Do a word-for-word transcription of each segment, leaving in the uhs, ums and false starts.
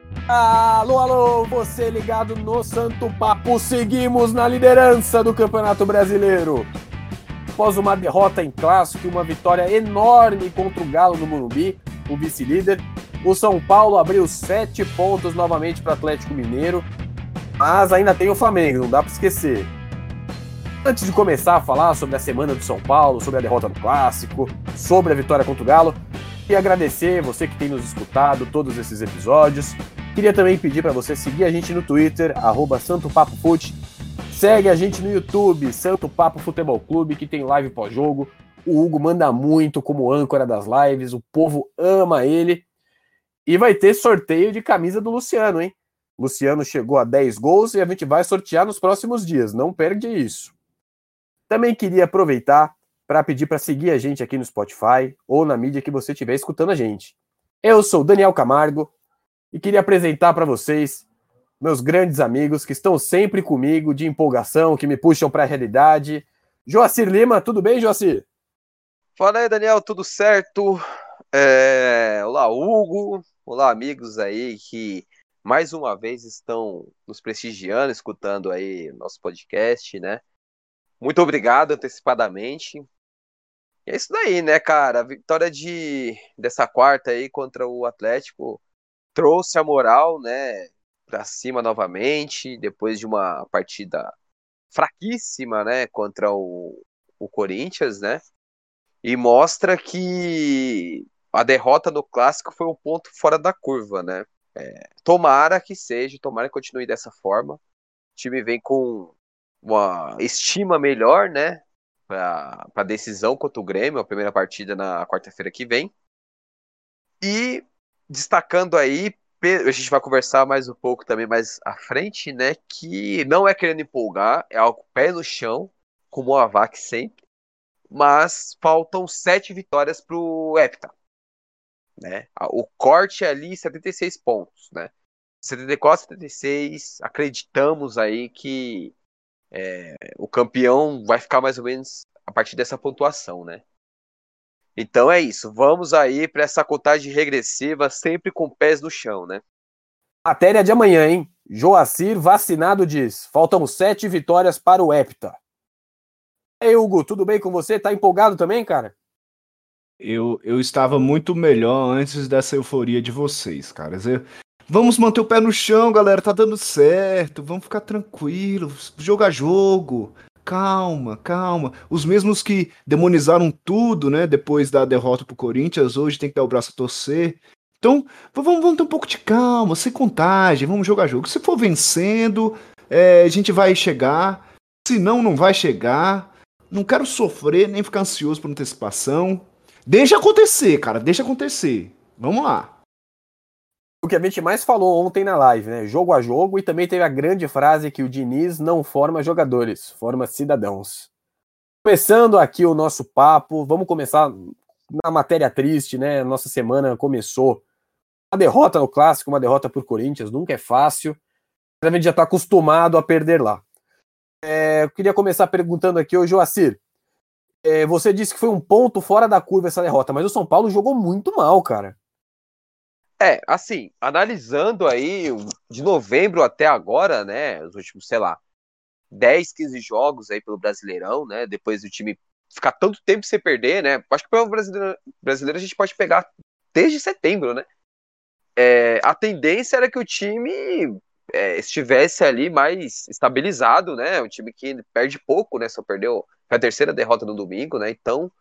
Alô, alô, você ligado no Santo Papo, seguimos na liderança do Campeonato Brasileiro. Após uma derrota em clássico e uma vitória enorme contra o Galo no Morumbi, o vice-líder, o São Paulo abriu sete pontos novamente para o Atlético Mineiro, mas ainda tem o Flamengo, não dá para esquecer. Antes de começar a falar sobre a semana do São Paulo, sobre a derrota no clássico, sobre a vitória contra o Galo, queria agradecer você que tem nos escutado todos esses episódios. Queria também pedir para você seguir a gente no Twitter, arroba Santo Papo Fute. Segue a gente no YouTube, Santo Papo Futebol Clube, que tem live pós-jogo. O Hugo manda muito como âncora das lives, o povo ama ele. E vai ter sorteio de camisa do Luciano, hein? O Luciano chegou a dez gols e a gente vai sortear nos próximos dias, não perde isso. Também queria aproveitar para pedir para seguir a gente aqui no Spotify ou na mídia que você estiver escutando a gente. Eu sou Daniel Camargo e queria apresentar para vocês meus grandes amigos que estão sempre comigo de empolgação, que me puxam para a realidade. Joacir Lima, tudo bem, Joacir? Fala aí, Daniel, tudo certo? É... Olá, Hugo. Olá, amigos aí que mais uma vez estão nos prestigiando, escutando aí nosso podcast, né? Muito obrigado antecipadamente. E é isso daí, né, cara? A vitória de... dessa quarta aí contra o Atlético trouxe a moral, né, pra cima novamente, depois de uma partida fraquíssima, né, contra o, o Corinthians, né? E mostra que a derrota no clássico foi um ponto fora da curva, né? É, tomara que seja, tomara que continue dessa forma. O time vem com uma estima melhor, né? Para a decisão contra o Grêmio, a primeira partida na quarta-feira que vem. E destacando aí, a gente vai conversar mais um pouco também mais à frente, né? Que não é querendo empolgar, é algo pé no chão, como o Avac sempre. Mas faltam sete vitórias para o Hepta, né? O corte é ali setenta e seis pontos, né? setenta e quatro, setenta e seis, acreditamos aí que é, o campeão vai ficar mais ou menos a partir dessa pontuação, né? Então é isso, vamos aí para essa contagem regressiva sempre com pés no chão, né? Matéria de amanhã, hein? Joacir vacinado diz, faltam sete vitórias para o Hepta. E aí, Hugo, tudo bem com você? Tá empolgado também, cara? Eu, eu estava muito melhor antes dessa euforia de vocês, caras. Eu- Vamos manter o pé no chão, galera. Tá dando certo. Vamos ficar tranquilos. Jogo a jogo. Calma, calma. Os mesmos que demonizaram tudo, né? Depois da derrota pro Corinthians, hoje tem que dar o braço a torcer. Então, v- vamos, vamos ter um pouco de calma, sem contagem. Vamos jogar jogo. Se for vencendo, é, a gente vai chegar. Se não, não vai chegar. Não quero sofrer nem ficar ansioso por antecipação. Deixa acontecer, cara, deixa acontecer. Vamos lá. O que a gente mais falou ontem na live, né? Jogo a jogo, e também teve a grande frase que o Diniz não forma jogadores, forma cidadãos. Começando aqui o nosso papo, vamos começar na matéria triste, né? Nossa semana começou uma derrota no Clássico, uma derrota por Corinthians, nunca é fácil, mas a gente já está acostumado a perder lá. É, eu queria começar perguntando aqui, ô Joacir, é, você disse que foi um ponto fora da curva essa derrota, mas o São Paulo jogou muito mal, cara. É, assim, analisando aí de novembro até agora, né, os últimos, sei lá, dez, quinze jogos aí pelo Brasileirão, né, depois do time ficar tanto tempo sem perder, né, acho que pelo brasileiro, brasileiro a gente pode pegar desde setembro, né, é, a tendência era que o time é, estivesse ali mais estabilizado, né, um time que perde pouco, né, só perdeu foi a terceira derrota no domingo, né, então,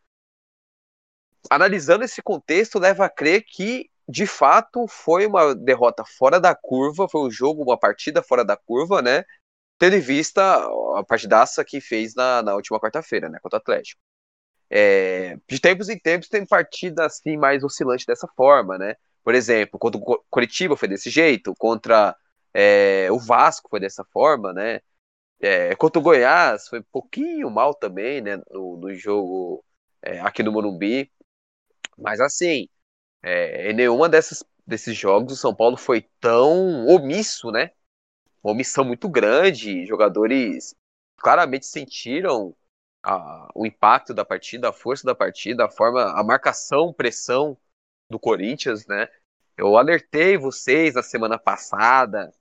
analisando esse contexto, leva a crer que de fato foi uma derrota fora da curva, foi um jogo, uma partida fora da curva, né? Tendo em vista a partidaça que fez na, na última quarta-feira, né? Contra o Atlético. É, de tempos em tempos tem partida assim mais oscilante dessa forma, né? Por exemplo, contra o Coritiba foi desse jeito, contra é, o Vasco foi dessa forma, né? É, contra o Goiás foi um pouquinho mal também, né? No, no jogo é, aqui no Morumbi. Mas assim, é, em nenhuma dessas, desses jogos o São Paulo foi tão omisso, né? Uma omissão muito grande. Jogadores claramente sentiram a- o impacto da partida, a força da partida, a forma, a marcação, pressão do Corinthians, né? Eu alertei vocês na semana passada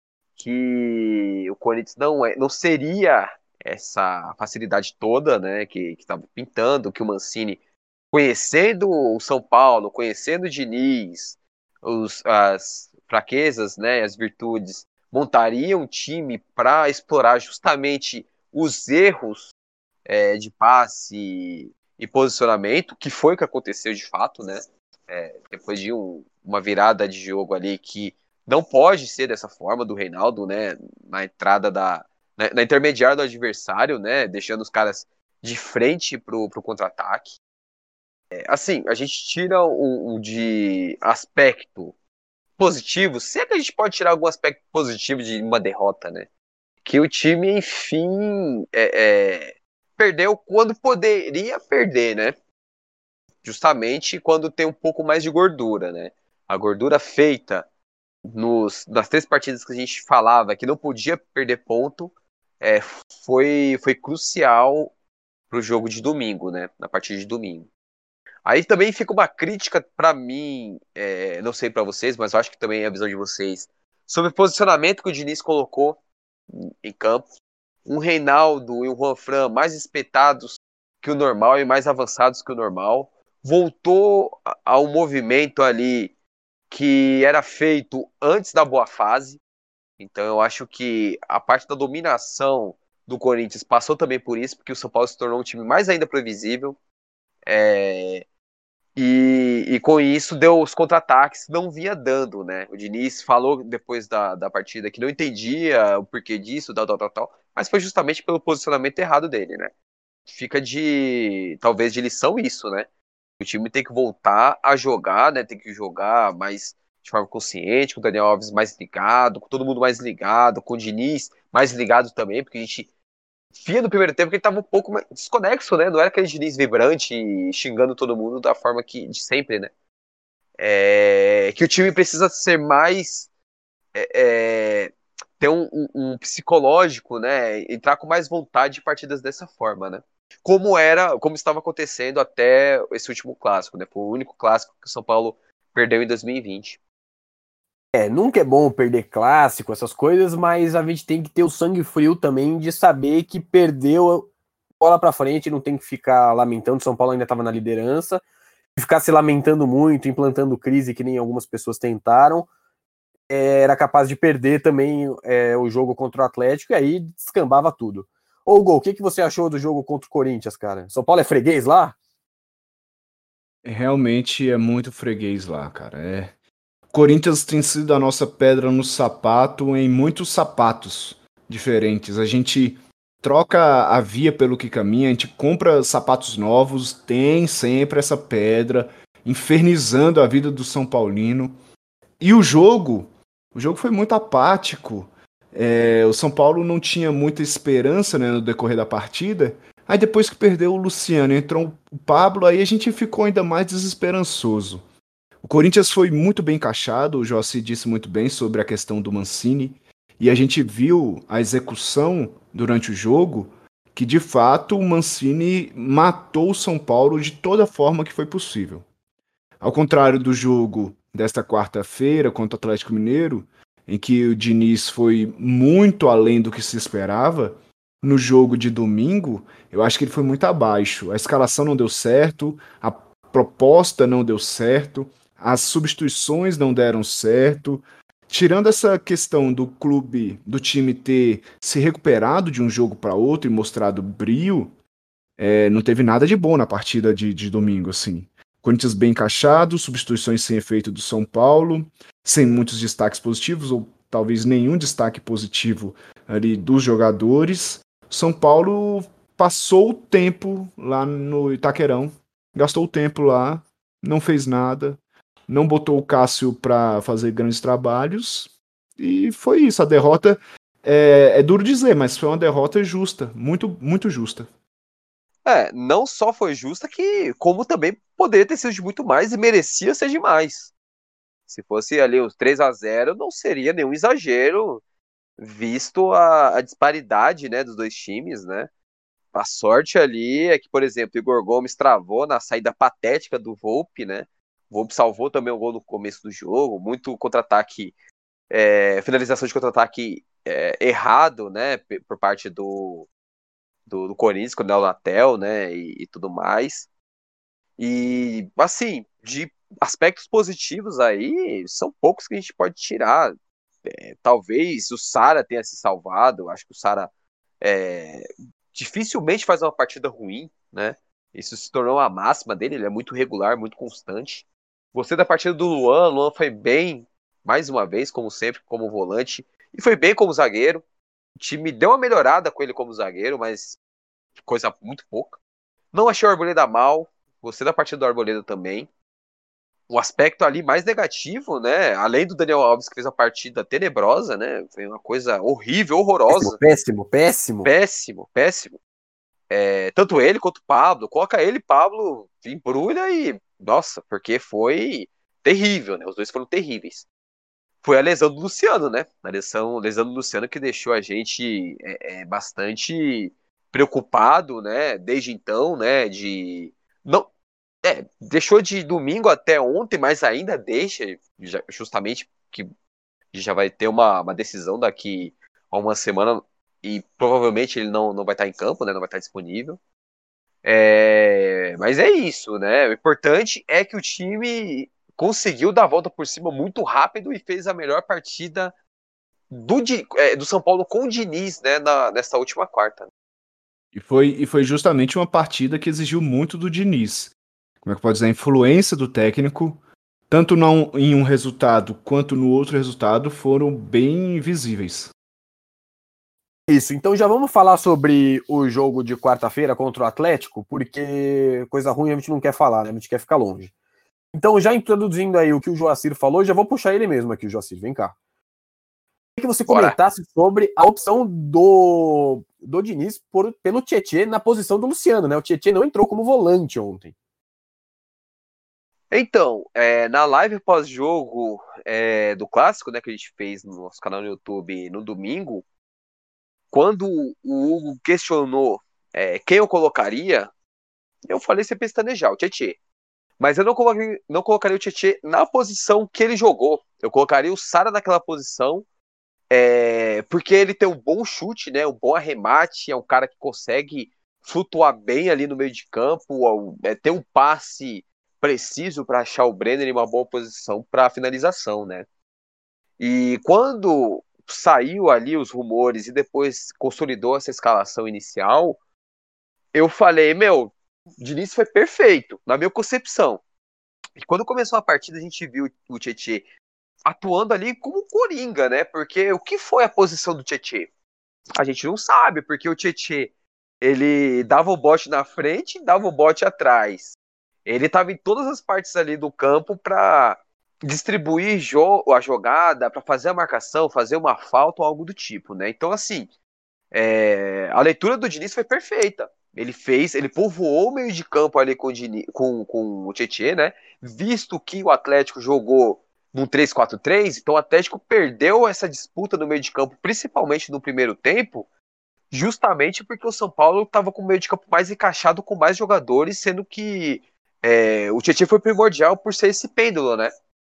que o Corinthians não, é, não seria essa facilidade toda, né, que estava pintando, que o Mancini, conhecendo o São Paulo, conhecendo o Diniz, os, as fraquezas, né, as virtudes, montaria um time para explorar justamente os erros é, de passe e posicionamento, que foi o que aconteceu de fato, né? É, depois de um, uma virada de jogo ali que não pode ser dessa forma do Reinaldo, né? Na entrada da. Na, na intermediária do adversário, né? Deixando os caras de frente pro, pro contra-ataque. É, assim, a gente tira o, o de aspecto positivo, se é que a gente pode tirar algum aspecto positivo de uma derrota, né? Que o time, enfim, é, é, perdeu quando poderia perder, né? Justamente quando tem um pouco mais de gordura, né? A gordura feita nos, nas três partidas que a gente falava que não podia perder ponto, é, foi, foi crucial para o jogo de domingo, né? Na partida de domingo. Aí também fica uma crítica para mim, é, não sei para vocês, mas eu acho que também é a visão de vocês, sobre o posicionamento que o Diniz colocou em campo. Um Reinaldo e um Juanfran mais espetados que o normal e mais avançados que o normal. Voltou a um movimento ali que era feito antes da boa fase. Então eu acho que a parte da dominação do Corinthians passou também por isso, porque o São Paulo se tornou um time mais ainda previsível. É... E, e com isso deu os contra-ataques, não vinha dando, né? O Diniz falou depois da, da partida que não entendia o porquê disso, tal, tal, tal, tal, mas foi justamente pelo posicionamento errado dele, né? Fica de, talvez, de lição isso, né? O time tem que voltar a jogar, né? Tem que jogar mais de forma consciente, com o Daniel Alves mais ligado, com todo mundo mais ligado, com o Diniz mais ligado também, porque a gente via no primeiro tempo que ele tava um pouco mais desconexo, né? Não era aquele Diniz vibrante e xingando todo mundo da forma que de sempre, né? É, que o time precisa ser mais é, é, ter um, um, um psicológico, né? Entrar com mais vontade de partidas dessa forma, né? Como era, como estava acontecendo até esse último clássico, né? Foi o único clássico que o São Paulo perdeu em dois mil e vinte. É, nunca é bom perder clássico, essas coisas, mas a gente tem que ter o sangue frio também de saber que perdeu bola pra frente, não tem que ficar lamentando. O São Paulo ainda estava na liderança, ficar se lamentando muito, implantando crise, que nem algumas pessoas tentaram, é, era capaz de perder também é, o jogo contra o Atlético, e aí descambava tudo. Ô, Gol, o que, que você achou do jogo contra o Corinthians, cara? São Paulo é freguês lá? Realmente é muito freguês lá, cara. É. Corinthians tem sido a nossa pedra no sapato em muitos sapatos diferentes. A gente troca a via pelo que caminha, a gente compra sapatos novos, tem sempre essa pedra infernizando a vida do São Paulino. E o jogo, o jogo foi muito apático. É, o São Paulo não tinha muita esperança, né, no decorrer da partida. Aí depois que perdeu o Luciano, entrou o Pablo, aí a gente ficou ainda mais desesperançoso. O Corinthians foi muito bem encaixado, o Jossi disse muito bem sobre a questão do Mancini, e a gente viu a execução durante o jogo, que de fato o Mancini matou o São Paulo de toda forma que foi possível. Ao contrário do jogo desta quarta-feira contra o Atlético Mineiro, em que o Diniz foi muito além do que se esperava, no jogo de domingo, eu acho que ele foi muito abaixo. A escalação não deu certo, a proposta não deu certo, as substituições não deram certo. Tirando essa questão do clube, do time ter se recuperado de um jogo para outro e mostrado brio, é, não teve nada de bom na partida de, de domingo, assim. Corinthians bem encaixado, substituições sem efeito do São Paulo, sem muitos destaques positivos, ou talvez nenhum destaque positivo ali dos jogadores. São Paulo passou o tempo lá no Itaquerão, gastou o tempo lá, não fez nada, não botou o Cássio para fazer grandes trabalhos, e foi isso. A derrota é, é duro dizer, mas foi uma derrota justa, muito, muito justa. É, não só foi justa, que como também poderia ter sido de muito mais e merecia ser demais. Se fosse ali os três a zero, não seria nenhum exagero, visto a, a disparidade, né, dos dois times, né? A sorte ali é que, por exemplo, o Igor Gomes travou na saída patética do Volpi, né? Volpe salvou também o gol no começo do jogo, muito contra-ataque, é, finalização de contra-ataque é, errado, né, por parte do, do, do Corinthians, com o Léo Natel, né, e, e tudo mais. E, assim, de aspectos positivos aí, são poucos que a gente pode tirar. É, talvez o Sara tenha se salvado, acho que o Sara é, dificilmente faz uma partida ruim, né? Isso se tornou a máxima dele, ele é muito regular, muito constante. Gostei da partida do Luan, o Luan foi bem, mais uma vez, como sempre, como volante, e foi bem como zagueiro. O time deu uma melhorada com ele como zagueiro, mas coisa muito pouca. Não achei o Arboleda mal, gostei da partida do Arboleda também. O aspecto ali mais negativo, né? Além do Daniel Alves, que fez uma partida tenebrosa, né? Foi uma coisa horrível, horrorosa. Péssimo, péssimo, péssimo. Péssimo, péssimo. É, tanto ele quanto o Pablo. Coloca ele, Pablo, embrulha e. Nossa, porque foi terrível, né? Os dois foram terríveis. Foi a lesão do Luciano, né? A lesão, lesão do Luciano que deixou a gente é, é, bastante preocupado, né? Desde então, né? De. Não, é, deixou de domingo até ontem, mas ainda deixa, justamente que já vai ter uma, uma decisão daqui a uma semana e provavelmente ele não, não vai estar em campo, né? Não vai estar disponível. É, mas é isso, né? O importante é que o time conseguiu dar a volta por cima muito rápido e fez a melhor partida do, é, do São Paulo com o Diniz, né? Na, nessa última quarta. E foi, e foi justamente uma partida que exigiu muito do Diniz. Como é que pode dizer? A influência do técnico, tanto não em um resultado quanto no outro resultado, foram bem visíveis. Isso, então já vamos falar sobre o jogo de quarta-feira contra o Atlético, porque coisa ruim a gente não quer falar, né? A gente quer ficar longe. Então, já introduzindo aí o que o Joacir falou, já vou puxar ele mesmo aqui, o Joacir, vem cá. Queria que você comentasse Bora. sobre a opção do, do Diniz por, pelo Tietê na posição do Luciano, né? O Tietê não entrou como volante ontem. Então, é, na live pós-jogo é, do Clássico, né, que a gente fez no nosso canal no YouTube no domingo, quando o Hugo questionou é, quem eu colocaria, eu falei você pestanejar, o Tietê. Mas eu não colocaria, não colocaria o Tietê na posição que ele jogou. Eu colocaria o Sara naquela posição, é, porque ele tem um bom chute, né, um bom arremate, é um cara que consegue flutuar bem ali no meio de campo, é, tem um passe preciso para achar o Brenner em uma boa posição para finalização, né? E quando saiu ali os rumores e depois consolidou essa escalação inicial, eu falei, meu, o Diniz foi perfeito, na minha concepção. E quando começou a partida, a gente viu o Tietê atuando ali como coringa, né? Porque o que foi a posição do Tietê? A gente não sabe, porque o Tietê, ele dava o bote na frente e dava o bote atrás. Ele estava em todas as partes ali do campo para distribuir jo- a jogada, para fazer a marcação, fazer uma falta ou algo do tipo, né? Então, assim, é, a leitura do Diniz foi perfeita. Ele fez, ele povoou o meio de campo ali com o, Diniz, com, com o Tietê, né? Visto que o Atlético jogou num três quatro três, então o Atlético perdeu essa disputa no meio de campo, principalmente no primeiro tempo, justamente porque o São Paulo estava com o meio de campo mais encaixado, com mais jogadores, sendo que é, o Tietê foi primordial por ser esse pêndulo, né?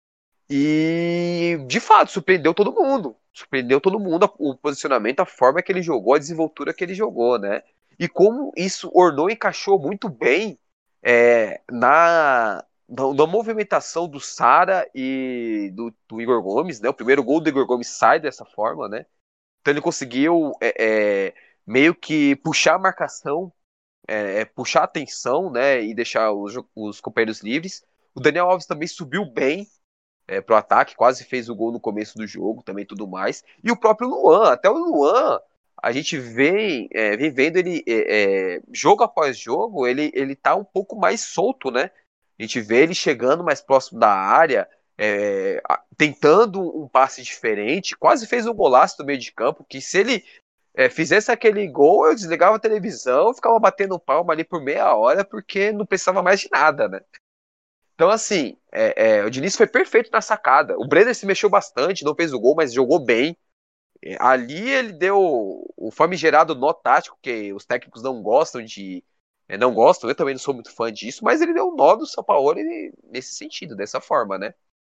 E, de fato, surpreendeu todo mundo. Surpreendeu todo mundo o posicionamento, a forma que ele jogou, a desenvoltura que ele jogou, né? E como isso ornou e encaixou muito bem é, na, na, na movimentação do Sara e do, do Igor Gomes, né? O primeiro gol do Igor Gomes sai dessa forma, né? Então ele conseguiu é, é, meio que puxar a marcação, é, puxar a atenção, né? E deixar os, os companheiros livres. O Daniel Alves também subiu bem é, pro ataque, quase fez o gol no começo do jogo, também tudo mais. E o próprio Luan, até o Luan, a gente vem, é, vem vendo ele, é, é, jogo após jogo, ele, ele tá um pouco mais solto, né? A gente vê ele chegando mais próximo da área, é, tentando um passe diferente, quase fez um golaço do meio de campo, que se ele é, fizesse aquele gol, eu desligava a televisão, ficava batendo palma ali por meia hora, porque não precisava mais de nada, né? Então, assim, é, é, o Diniz foi perfeito na sacada. O Brenner se mexeu bastante, não fez o gol, mas jogou bem. É, ali ele deu o famigerado nó tático, que os técnicos não gostam de, é, não gosto, eu também não sou muito fã disso, mas ele deu um nó do Sampaoli nesse sentido, dessa forma, né?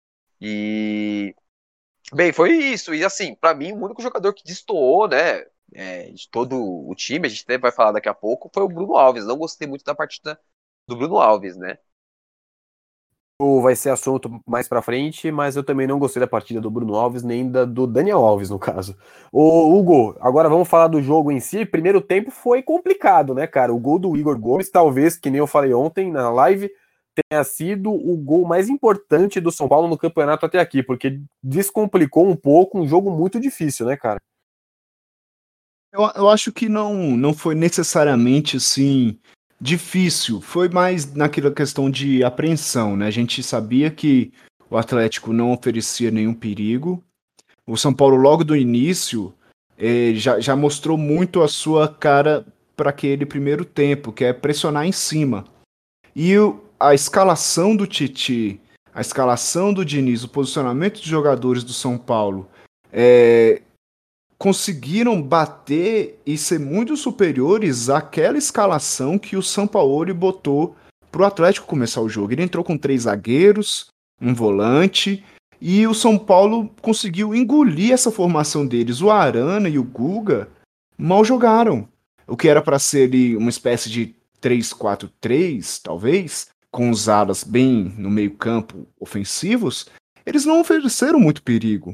E, bem, foi isso. E assim, pra mim, o único jogador que destoou, né, é, de todo o time, a gente até vai falar daqui a pouco, foi o Bruno Alves. Não gostei muito da partida do Bruno Alves, né? Ou vai ser assunto mais pra frente, mas eu também não gostei da partida do Bruno Alves, nem da do Daniel Alves, no caso. Ô, Hugo, agora vamos falar do jogo em si. Primeiro tempo foi complicado, né, cara? O gol do Igor Gomes, talvez, que nem eu falei ontem na live, tenha sido o gol mais importante do São Paulo no campeonato até aqui, porque descomplicou um pouco um jogo muito difícil, né, cara? Eu, eu acho que não, não foi necessariamente assim difícil, foi mais naquela questão de apreensão, né? A gente sabia que o Atlético não oferecia nenhum perigo. O São Paulo, logo do início, eh, já, já mostrou muito a sua cara para aquele primeiro tempo, que é pressionar em cima. E o- a escalação do Titi, a escalação do Diniz, o posicionamento dos jogadores do São Paulo, é, conseguiram bater e ser muito superiores àquela escalação que o Sampaoli botou para o Atlético começar o jogo. Ele entrou com três zagueiros, um volante, e o São Paulo conseguiu engolir essa formação deles. O Arana e o Guga mal jogaram. O que era para ser ali uma espécie de três quatro três, talvez, com os alas bem no meio-campo ofensivos, eles não ofereceram muito perigo.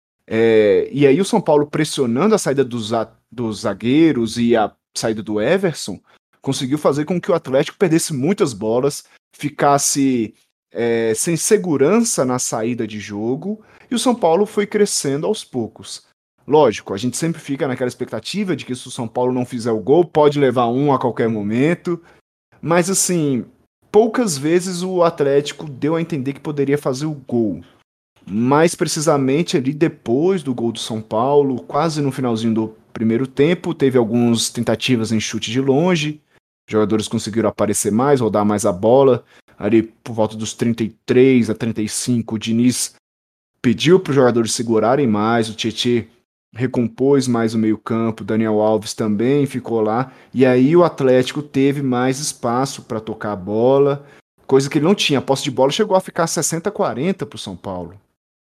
É, e aí o São Paulo pressionando a saída dos, a- dos zagueiros e a saída do Everson conseguiu fazer com que o Atlético perdesse muitas bolas, ficasse é, sem segurança na saída de jogo, e o São Paulo foi crescendo aos poucos. Lógico, a gente sempre fica naquela expectativa de que se o São Paulo não fizer o gol, pode levar um a qualquer momento, mas assim, poucas vezes o Atlético deu a entender que poderia fazer o gol. Mais precisamente ali depois do gol do São Paulo, quase no finalzinho do primeiro tempo, teve algumas tentativas em chute de longe, os jogadores conseguiram aparecer mais, rodar mais a bola, ali por volta dos trinta e três a trinta e cinco, o Diniz pediu para os jogadores segurarem mais, o Tietê recompôs mais o meio-campo, Daniel Alves também ficou lá, e aí o Atlético teve mais espaço para tocar a bola, coisa que ele não tinha. A posse de bola chegou a ficar sessenta a quarenta para o São Paulo.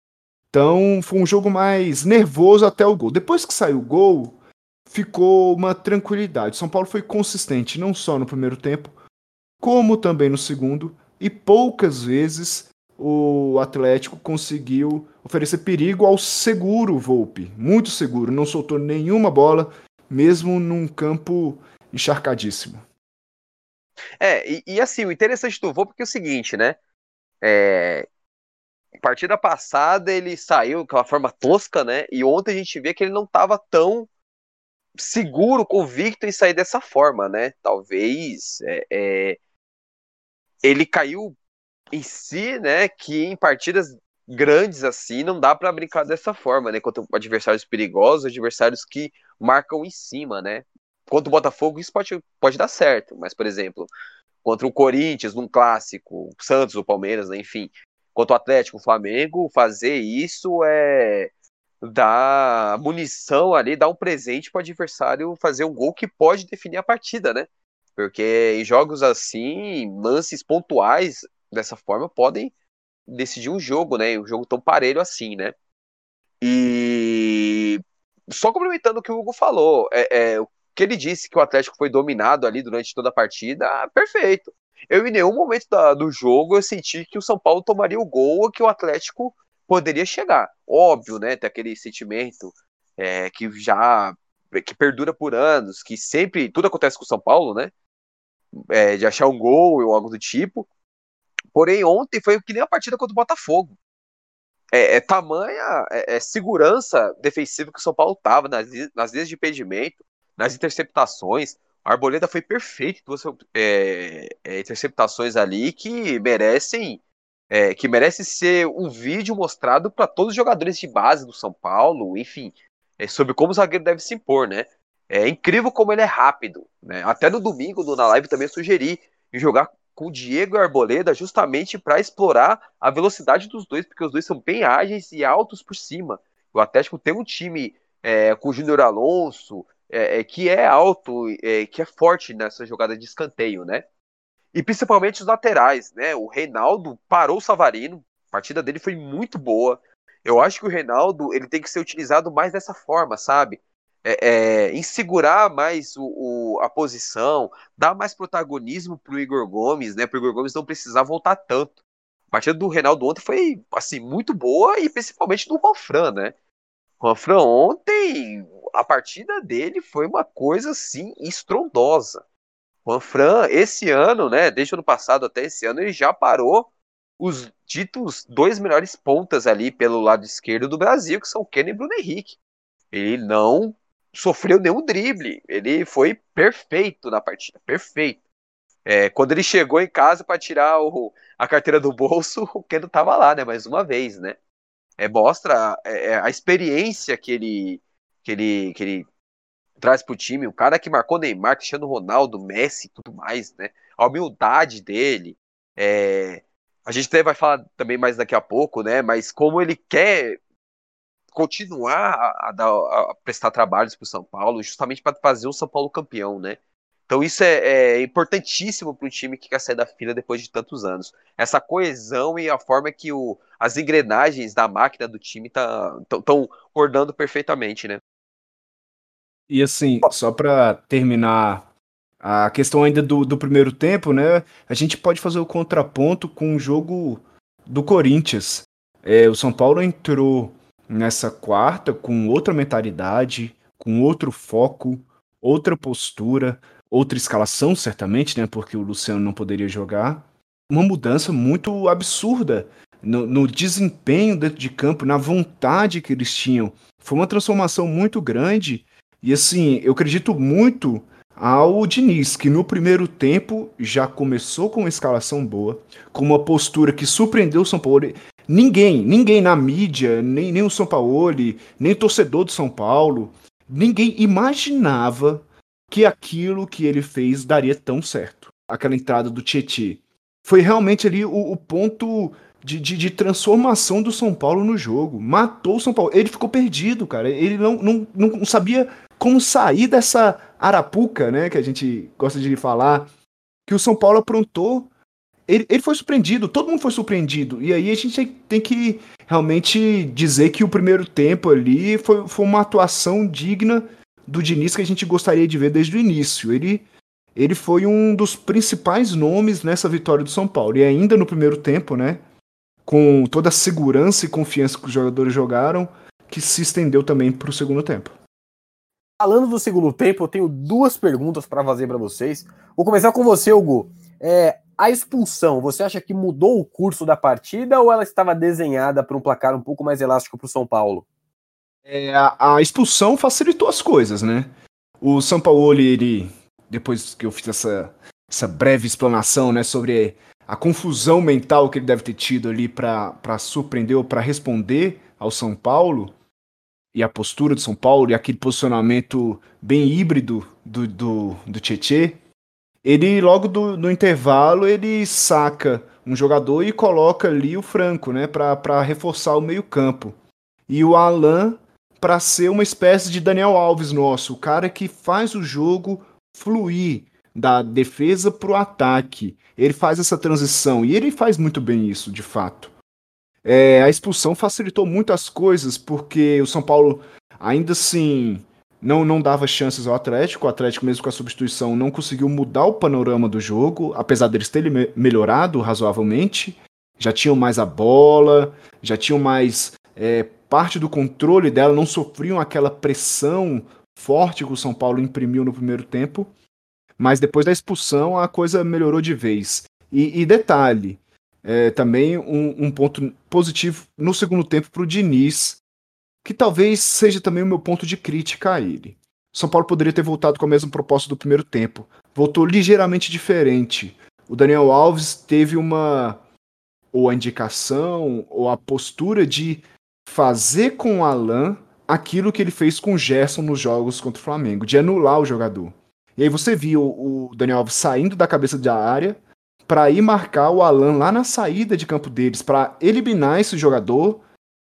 Então foi um jogo mais nervoso até o gol. Depois que saiu o gol, ficou uma tranquilidade. São Paulo foi consistente não só no primeiro tempo, como também no segundo, e poucas vezes o Atlético conseguiu oferecer perigo ao seguro Volpi. Muito seguro, não soltou nenhuma bola, mesmo num campo encharcadíssimo. É, e, e assim, o interessante do Volpe é, que é o seguinte, né? É, partida passada ele saiu de uma forma tosca, né? E ontem a gente vê que ele não estava tão seguro, convicto em sair dessa forma, né? Talvez é, é, ele caiu em si, né? Que em partidas grandes assim não dá para brincar dessa forma, né? Contra adversários perigosos, adversários que marcam em cima, né? Contra o Botafogo isso pode, pode dar certo, mas por exemplo, contra o Corinthians num clássico, o Santos, o Palmeiras, né? Enfim, contra o Atlético, o Flamengo, fazer isso é dar munição ali, dar um presente para o adversário fazer um gol que pode definir a partida, né? Porque em jogos assim, lances pontuais dessa forma podem decidir um jogo, né? Um jogo tão parelho assim, né? E só complementando o que o Hugo falou, é, é, o que ele disse que o Atlético foi dominado ali durante toda a partida, ah, perfeito. Eu em nenhum momento da, do jogo eu senti que o São Paulo tomaria o gol ou que o Atlético poderia chegar. Óbvio, né? Tem aquele sentimento é, que já que perdura por anos, que sempre tudo acontece com o São Paulo, né? É, de achar um gol ou algo do tipo. Porém, ontem foi que nem a partida contra o Botafogo. É, é tamanha é, é segurança defensiva que o São Paulo tava nas, nas linhas de impedimento, nas interceptações. A Arboleda foi perfeito, duas é, é, interceptações ali que merecem é, que merece ser um vídeo mostrado para todos os jogadores de base do São Paulo, enfim, é, sobre como o zagueiro deve se impor, né? É incrível como ele é rápido, né? Até no domingo, na live, também sugeri jogar com o Diego e Arboleda justamente para explorar a velocidade dos dois, porque os dois são bem ágeis e altos por cima. O Atlético tem um time é, com o Júnior Alonso, é, é, que é alto, é, que é forte nessa jogada de escanteio, né? E principalmente os laterais, né? O Reinaldo parou o Savarino, a partida dele foi muito boa. Eu acho que o Reinaldo ele tem que ser utilizado mais dessa forma, sabe? É, é, em segurar mais o, o, a posição, dar mais protagonismo pro Igor Gomes, né? Pro Igor Gomes não precisar voltar tanto. A partida do Reinaldo ontem foi assim muito boa e principalmente do Juanfran, né? O Juanfran ontem, a partida dele foi uma coisa assim estrondosa. O Juanfran, esse ano, né, desde o ano passado até esse ano, ele já parou os ditos dois melhores pontas ali pelo lado esquerdo do Brasil, que são o Keno e Bruno Henrique. Ele não sofreu nenhum drible, ele foi perfeito na partida, perfeito. É, quando ele chegou em casa para tirar o, a carteira do bolso, o Keno tava lá, né, mais uma vez, né. É, mostra é, a experiência que ele, que ele, que ele traz pro time, o cara que marcou Neymar, Cristiano Ronaldo, Messi e tudo mais, né? A humildade dele. É... A gente até vai falar também mais daqui a pouco, né? Mas como ele quer continuar a, a, dar, a prestar trabalhos pro São Paulo, justamente para fazer o São Paulo campeão, né? Então isso é, é importantíssimo para um time que quer sair da fila depois de tantos anos. Essa coesão e a forma que o, as engrenagens da máquina do time estão rodando perfeitamente, né? E assim, só para terminar a questão ainda do, do primeiro tempo, né? A gente pode fazer o contraponto com o jogo do Corinthians. É, o São Paulo entrou nessa quarta com outra mentalidade, com outro foco, outra postura, outra escalação, certamente, né? Porque o Luciano não poderia jogar. Uma mudança muito absurda no, no desempenho dentro de campo, na vontade que eles tinham. Foi uma transformação muito grande. E assim, eu acredito muito ao Diniz, que no primeiro tempo já começou com uma escalação boa, com uma postura que surpreendeu o São Paulo. Ninguém, ninguém na mídia, nem, nem o São Paulo, nem o torcedor do São Paulo, ninguém imaginava que aquilo que ele fez daria tão certo. Aquela entrada do Tietê. Foi realmente ali o, o ponto de, de, de transformação do São Paulo no jogo. Matou o São Paulo. Ele ficou perdido, cara. Ele não, não, não sabia como sair dessa arapuca, né, que a gente gosta de falar, que o São Paulo aprontou. Ele, ele foi surpreendido, todo mundo foi surpreendido. E aí a gente tem que realmente dizer que o primeiro tempo ali foi, foi uma atuação digna do Diniz que a gente gostaria de ver desde o início. Ele, ele foi um dos principais nomes nessa vitória do São Paulo. E ainda no primeiro tempo, né, com toda a segurança e confiança que os jogadores jogaram, que se estendeu também para o segundo tempo. Falando do segundo tempo, eu tenho duas perguntas para fazer para vocês. Vou começar com você, Hugo. É, a expulsão, você acha que mudou o curso da partida ou ela estava desenhada para um placar um pouco mais elástico para o São Paulo? É, a, a expulsão facilitou as coisas, né? O São Paulo, ele, depois que eu fiz essa, essa breve explanação, né, sobre a confusão mental que ele deve ter tido ali para surpreender ou para responder ao São Paulo, e a postura do São Paulo, e aquele posicionamento bem híbrido do, do, do Tietê, ele logo do, no intervalo, ele saca um jogador e coloca ali o Franco, né, para reforçar o meio campo. E o Alan para ser uma espécie de Daniel Alves nosso, o cara que faz o jogo fluir da defesa pro ataque. Ele faz essa transição e ele faz muito bem isso, de fato. É, a expulsão facilitou muito as coisas, porque o São Paulo ainda assim não, não dava chances ao Atlético. O Atlético, mesmo com a substituição, não conseguiu mudar o panorama do jogo, apesar deles terem me- melhorado razoavelmente. Já tinham mais a bola, já tinham mais é, parte do controle dela, não sofriam aquela pressão forte que o São Paulo imprimiu no primeiro tempo. Mas depois da expulsão a coisa melhorou de vez. E, e detalhe, é, também um, um ponto positivo no segundo tempo para o Diniz, que talvez seja também o meu ponto de crítica a ele. São Paulo poderia ter voltado com a mesma proposta do primeiro tempo. Voltou ligeiramente diferente. O Daniel Alves teve uma ou a indicação ou a postura de fazer com o Alan aquilo que ele fez com o Gerson nos jogos contra o Flamengo, de anular o jogador. E aí você viu o Daniel Alves saindo da cabeça da área para ir marcar o Alan lá na saída de campo deles, para eliminar esse jogador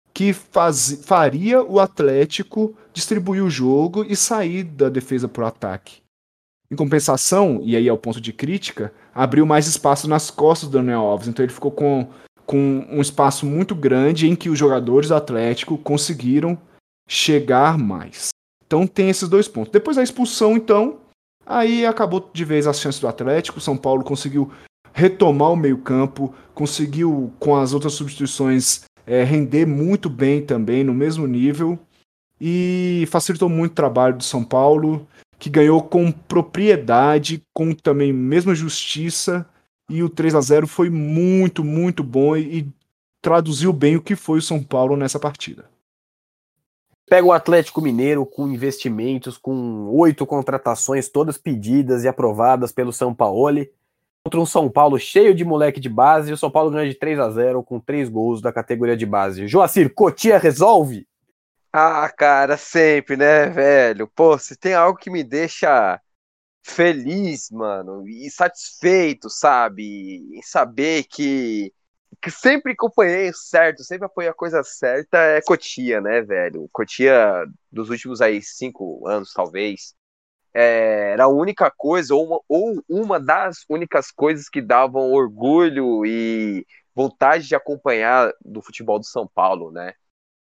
que faz, faria o Atlético distribuir o jogo e sair da defesa para o ataque. Em compensação, e aí é o ponto de crítica, abriu mais espaço nas costas do Daniel Alves. Então ele ficou com, com um espaço muito grande em que os jogadores do Atlético conseguiram chegar mais. Então tem esses dois pontos. Depois da expulsão, então, aí acabou de vez as chances do Atlético. O São Paulo conseguiu retomar o meio-campo, conseguiu, com as outras substituições, é, render muito bem também, no mesmo nível, e facilitou muito o trabalho do São Paulo, que ganhou com propriedade, com também mesma justiça, e o três a zero foi muito, muito bom e, e traduziu bem o que foi o São Paulo nessa partida. Pega o Atlético Mineiro com investimentos, com oito contratações, todas pedidas e aprovadas pelo Sampaoli, contra um São Paulo cheio de moleque de base, e o São Paulo ganha de três a zero com três gols da categoria de base. Joacir, Cotia resolve? Ah, cara, sempre, né, velho? Pô, se tem algo que me deixa feliz, mano, e satisfeito, sabe? Em saber que, que sempre acompanhei o certo, sempre apoiei a coisa certa, é Cotia, né, velho? Cotia, dos últimos aí cinco anos, talvez, é, era a única coisa, ou uma, ou uma das únicas coisas que davam orgulho e vontade de acompanhar do futebol do São Paulo, né?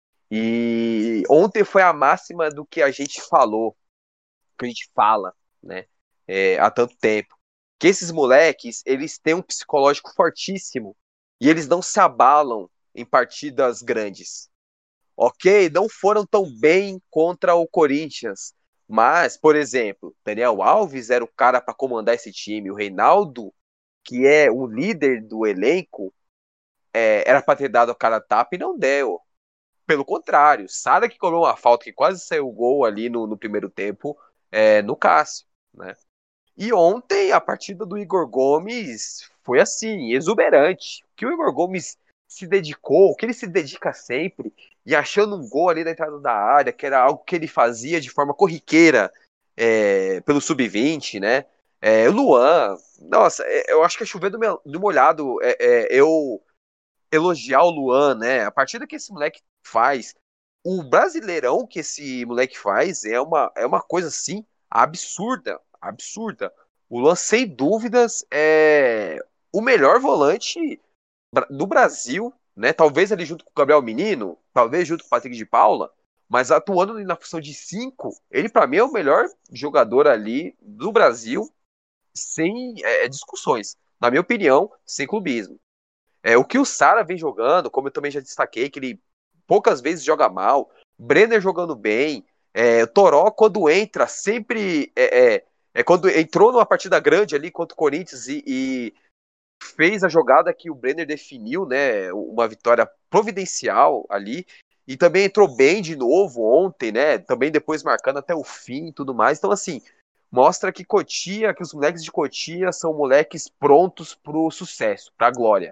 E ontem foi a máxima do que a gente falou, que a gente fala, né, é, há tanto tempo. Que esses moleques, eles têm um psicológico fortíssimo e eles não se abalam em partidas grandes. Ok, não foram tão bem contra o Corinthians, mas, por exemplo, Daniel Alves era o cara para comandar esse time, o Reinaldo, que é o líder do elenco, é, era para ter dado a cara a tapa e não deu. Pelo contrário, Sara que cobrou uma falta que quase saiu o gol ali no, no primeiro tempo, é, no Cássio, né? E ontem a partida do Igor Gomes foi assim, exuberante. O que o Igor Gomes se dedicou, o que ele se dedica sempre, e achando um gol ali na entrada da área, que era algo que ele fazia de forma corriqueira, é, pelo sub vinte, né? É, o Luan, nossa, é, eu acho que é chover do, meu, do molhado, é, é, eu elogiar o Luan, né? A partida que esse moleque faz, o brasileirão que esse moleque faz é uma, é uma coisa assim absurda, absurda. O Luan, sem dúvidas, é o melhor volante do Brasil, né? Talvez ali junto com o Gabriel Menino, talvez junto com o Patrick de Paula, mas atuando na função de cinco, ele para mim é o melhor jogador ali do Brasil, sem é, discussões. Na minha opinião, sem clubismo. É, o que o Sara vem jogando, como eu também já destaquei, que ele poucas vezes joga mal, Brenner jogando bem, é, o Toró quando entra, sempre é, é, é quando entrou numa partida grande ali contra o Corinthians e, e fez a jogada que o Brenner definiu, né, uma vitória providencial ali, e também entrou bem de novo ontem, né, também depois marcando até o fim e tudo mais. Então, assim, mostra que Cotia, que os moleques de Cotia são moleques prontos pro sucesso, pra glória.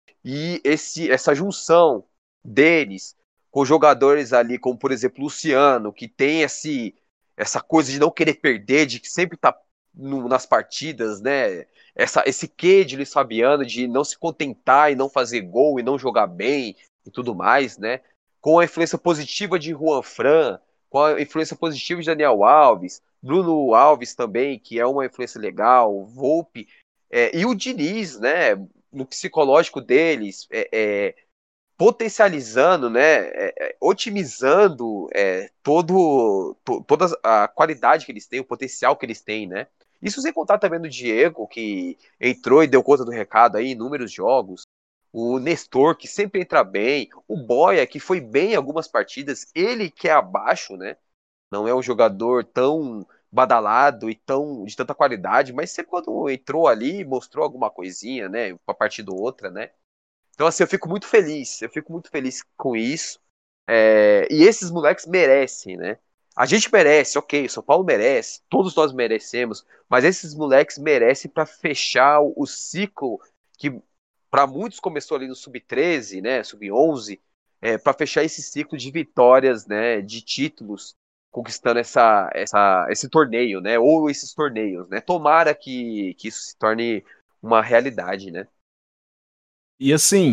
E esse, essa junção deles com jogadores ali, como por exemplo o Luciano, que tem esse, essa coisa de não querer perder, de que sempre tá no, nas partidas, né? Essa, esse quê de Luiz Fabiano de não se contentar e não fazer gol e não jogar bem e tudo mais, né? Com a influência positiva de Juan Fran, com a influência positiva de Daniel Alves, Bruno Alves também, que é uma influência legal, Volpe, é, e o Diniz, né? No psicológico deles, é, é, potencializando, né, é, é, otimizando é, todo, to, toda a qualidade que eles têm, o potencial que eles têm, né? Isso sem contar também no Diego, que entrou e deu conta do recado aí em inúmeros jogos, o Nestor, que sempre entra bem, o Boia, que foi bem em algumas partidas, ele que é abaixo, né? Não é um jogador tão badalado e tão de tanta qualidade, mas sempre quando entrou ali, mostrou alguma coisinha, né? Uma partida ou outra, né? Então, assim, eu fico muito feliz, eu fico muito feliz com isso. É, e esses moleques merecem, né? A gente merece, ok, o São Paulo merece, todos nós merecemos, mas esses moleques merecem para fechar o, o ciclo que para muitos começou ali no sub treze, né, sub onze, é, para fechar esse ciclo de vitórias, né, de títulos, conquistando essa, essa, esse torneio, né, ou esses torneios, né? Tomara que, que isso se torne uma realidade, né? E assim,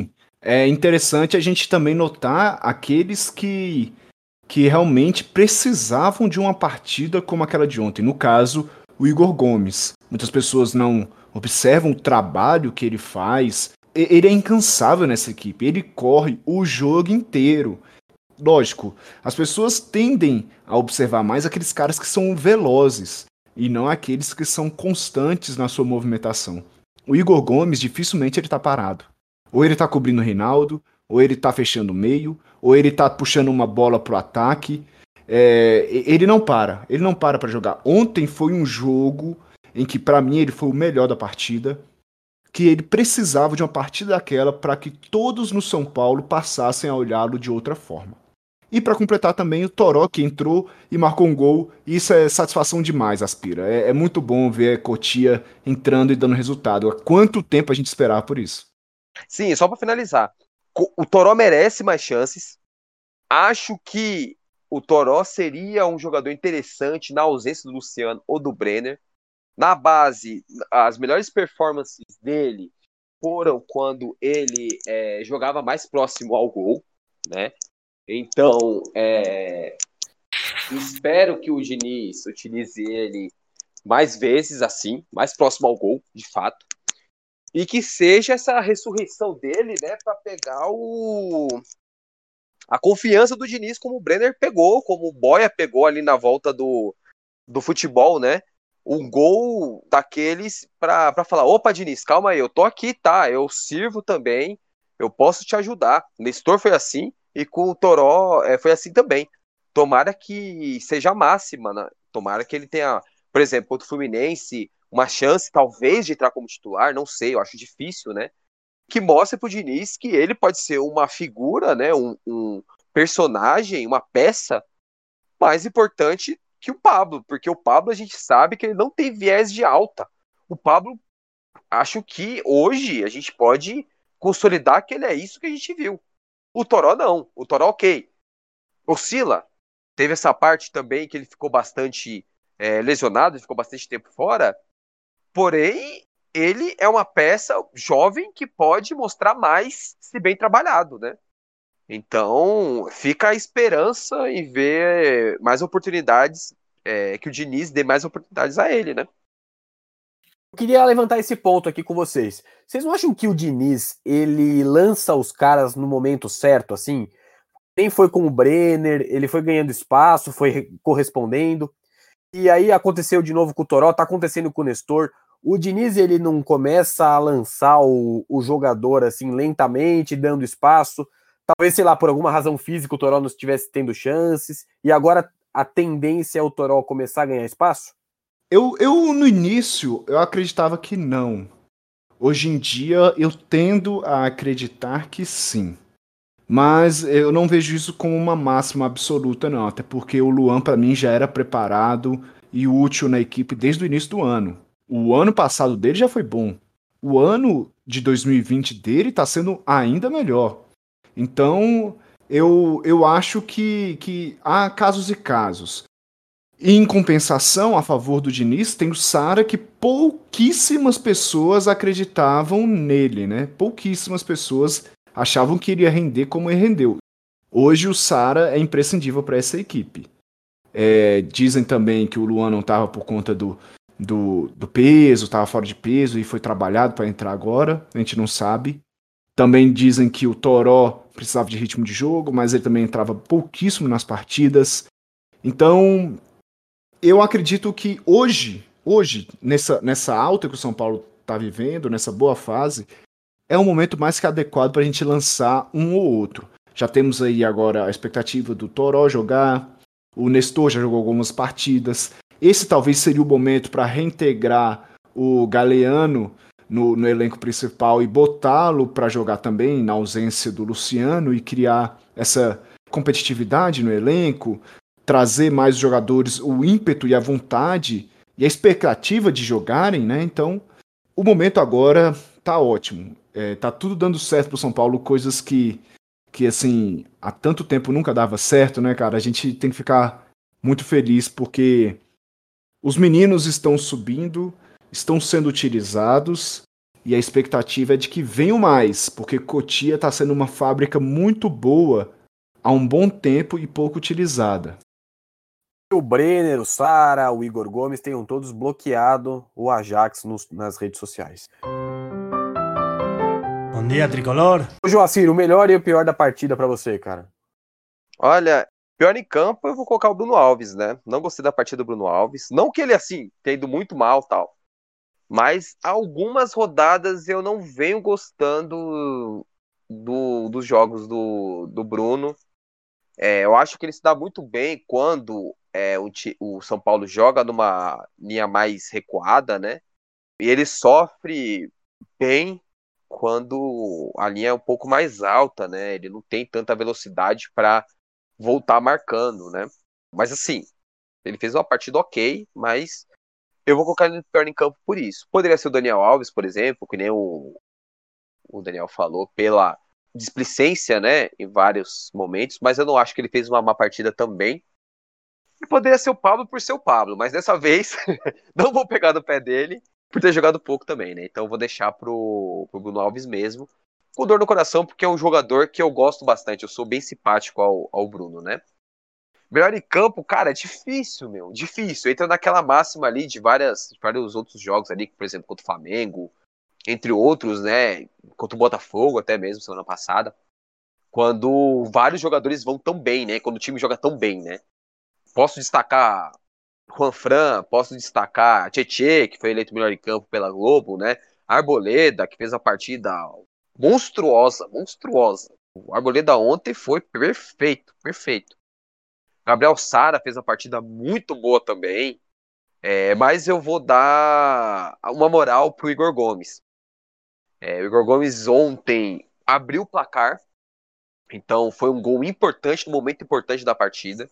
é interessante a gente também notar aqueles que, que realmente precisavam de uma partida como aquela de ontem. No caso, o Igor Gomes. Muitas pessoas não observam o trabalho que ele faz. Ele é incansável nessa equipe. Ele corre o jogo inteiro. Lógico, as pessoas tendem a observar mais aqueles caras que são velozes e não aqueles que são constantes na sua movimentação. O Igor Gomes, dificilmente ele tá parado. Ou ele tá cobrindo o Reinaldo, ou ele tá fechando o meio, ou ele tá puxando uma bola pro ataque. É, ele não para, ele não para pra jogar. Ontem foi um jogo em que, pra mim, ele foi o melhor da partida, que ele precisava de uma partida daquela para que todos no São Paulo passassem a olhá-lo de outra forma. E para completar também o Toró, que entrou e marcou um gol. E isso é satisfação demais, Aspira. É, é muito bom ver a Cotia entrando e dando resultado. Há quanto tempo a gente esperava por isso? Sim, só para finalizar. O Toró merece mais chances. Acho que o Toró seria um jogador interessante na ausência do Luciano ou do Brenner. Na base, as melhores performances dele foram quando ele é, jogava mais próximo ao gol, né? Então, é, espero que o Diniz utilize ele mais vezes assim, mais próximo ao gol, de fato. E que seja essa ressurreição dele, né, para pegar o a confiança do Diniz, como o Brenner pegou, como o Boia pegou ali na volta do, do futebol, né? Um gol daqueles para falar, opa, Diniz, calma aí, eu tô aqui, tá? Eu sirvo também, eu posso te ajudar. O Nestor foi assim, e com o Toró é, foi assim também. Tomara que seja a máxima, né? Tomara que ele tenha, por exemplo, contra o Fluminense, uma chance, talvez, de entrar como titular, não sei, eu acho difícil, né? Que mostre pro Diniz que ele pode ser uma figura, né? Um, um personagem, uma peça mais importante que o Pablo, porque o Pablo a gente sabe que ele não tem viés de alta. O Pablo, acho que hoje a gente pode consolidar que ele é isso que a gente viu. O Toró não. O Toró, ok. Oscila. Teve essa parte também que ele ficou bastante é, lesionado, ele ficou bastante tempo fora. Porém, ele é uma peça jovem que pode mostrar mais se bem trabalhado, né? Então, fica a esperança em ver mais oportunidades, é, que o Diniz dê mais oportunidades a ele, né? Eu queria levantar esse ponto aqui com vocês. Vocês não acham que o Diniz, ele lança os caras no momento certo, assim? Nem foi com o Brenner, ele foi ganhando espaço, foi correspondendo. E aí aconteceu de novo com o Toró, tá acontecendo com o Nestor. O Diniz, ele não começa a lançar o, o jogador assim lentamente, dando espaço. Talvez, sei lá, por alguma razão física o Toró não estivesse tendo chances. E agora a tendência é o Toró começar a ganhar espaço? Eu, eu, no início, eu acreditava que não. Hoje em dia, eu tendo a acreditar que sim. Mas eu não vejo isso como uma máxima absoluta, não. Até porque o Luan, para mim, já era preparado e útil na equipe desde o início do ano. O ano passado dele já foi bom. O ano de dois mil e vinte dele está sendo ainda melhor. Então, eu, eu acho que, que há casos e casos. E, em compensação, a favor do Diniz, tem o Sara, que pouquíssimas pessoas acreditavam nele, né? Pouquíssimas pessoas achavam que iria render como ele rendeu. Hoje o Sara é imprescindível para essa equipe. É, dizem também que o Luan não estava por conta do, do, do peso, estava fora de peso e foi trabalhado para entrar agora, a gente não sabe. Também dizem que o Toró precisava de ritmo de jogo, mas ele também entrava pouquíssimo nas partidas. Então, eu acredito que hoje, hoje nessa, nessa alta que o São Paulo está vivendo, nessa boa fase, é um momento mais que adequado para a gente lançar um ou outro. Já temos aí agora a expectativa do Toró jogar, o Nestor já jogou algumas partidas. Esse talvez seria o momento para reintegrar o Galeano no, no elenco principal e botá-lo para jogar também, na ausência do Luciano, e criar essa competitividade no elenco, trazer mais jogadores, o ímpeto e a vontade e a expectativa de jogarem, né? Então, o momento agora tá ótimo. É, tá tudo dando certo pro São Paulo, coisas que, que, assim, há tanto tempo nunca dava certo, né, cara? A gente tem que ficar muito feliz porque os meninos estão subindo, estão sendo utilizados e a expectativa é de que venham mais, porque Cotia está sendo uma fábrica muito boa há um bom tempo e pouco utilizada. O Brenner, o Sara, o Igor Gomes tenham todos bloqueado o Ajax nos, nas redes sociais. Bom dia, tricolor. Ô, Joacir, o melhor e o pior da partida pra você, cara? Olha, pior em campo eu vou colocar o Bruno Alves, né? Não gostei da partida do Bruno Alves. Não que ele, assim, tenha ido muito mal tal. Mas algumas rodadas eu não venho gostando do, dos jogos do, do Bruno. É, eu acho que ele se dá muito bem quando é, o, o São Paulo joga numa linha mais recuada, né? E ele sofre bem quando a linha é um pouco mais alta, né? Ele não tem tanta velocidade para voltar marcando, né? Mas assim, ele fez uma partida ok, mas eu vou colocar ele pior em campo por isso. Poderia ser o Daniel Alves, por exemplo, que nem o, o Daniel falou, pela displicência, né, em vários momentos, mas eu não acho que ele fez uma má partida também. E poderia ser o Pablo por ser o Pablo, mas dessa vez não vou pegar no pé dele por ter jogado pouco também, né? Então eu vou deixar pro, pro Bruno Alves mesmo, com dor no coração, porque é um jogador que eu gosto bastante, eu sou bem simpático ao, ao Bruno, né? Melhor em campo, cara, é difícil, meu, difícil. Entra naquela máxima ali de várias, de vários outros jogos ali, por exemplo, contra o Flamengo, entre outros, né, contra o Botafogo até mesmo, semana passada, quando vários jogadores vão tão bem, né, quando o time joga tão bem, né. Posso destacar Juanfran, posso destacar Tietê, que foi eleito melhor em campo pela Globo, né, Arboleda, que fez a partida monstruosa, monstruosa. O Arboleda ontem foi perfeito, perfeito. Gabriel Sara fez uma partida muito boa também, é, mas eu vou dar uma moral pro Igor Gomes. É, o Igor Gomes ontem abriu o placar, então foi um gol importante, no momento importante da partida,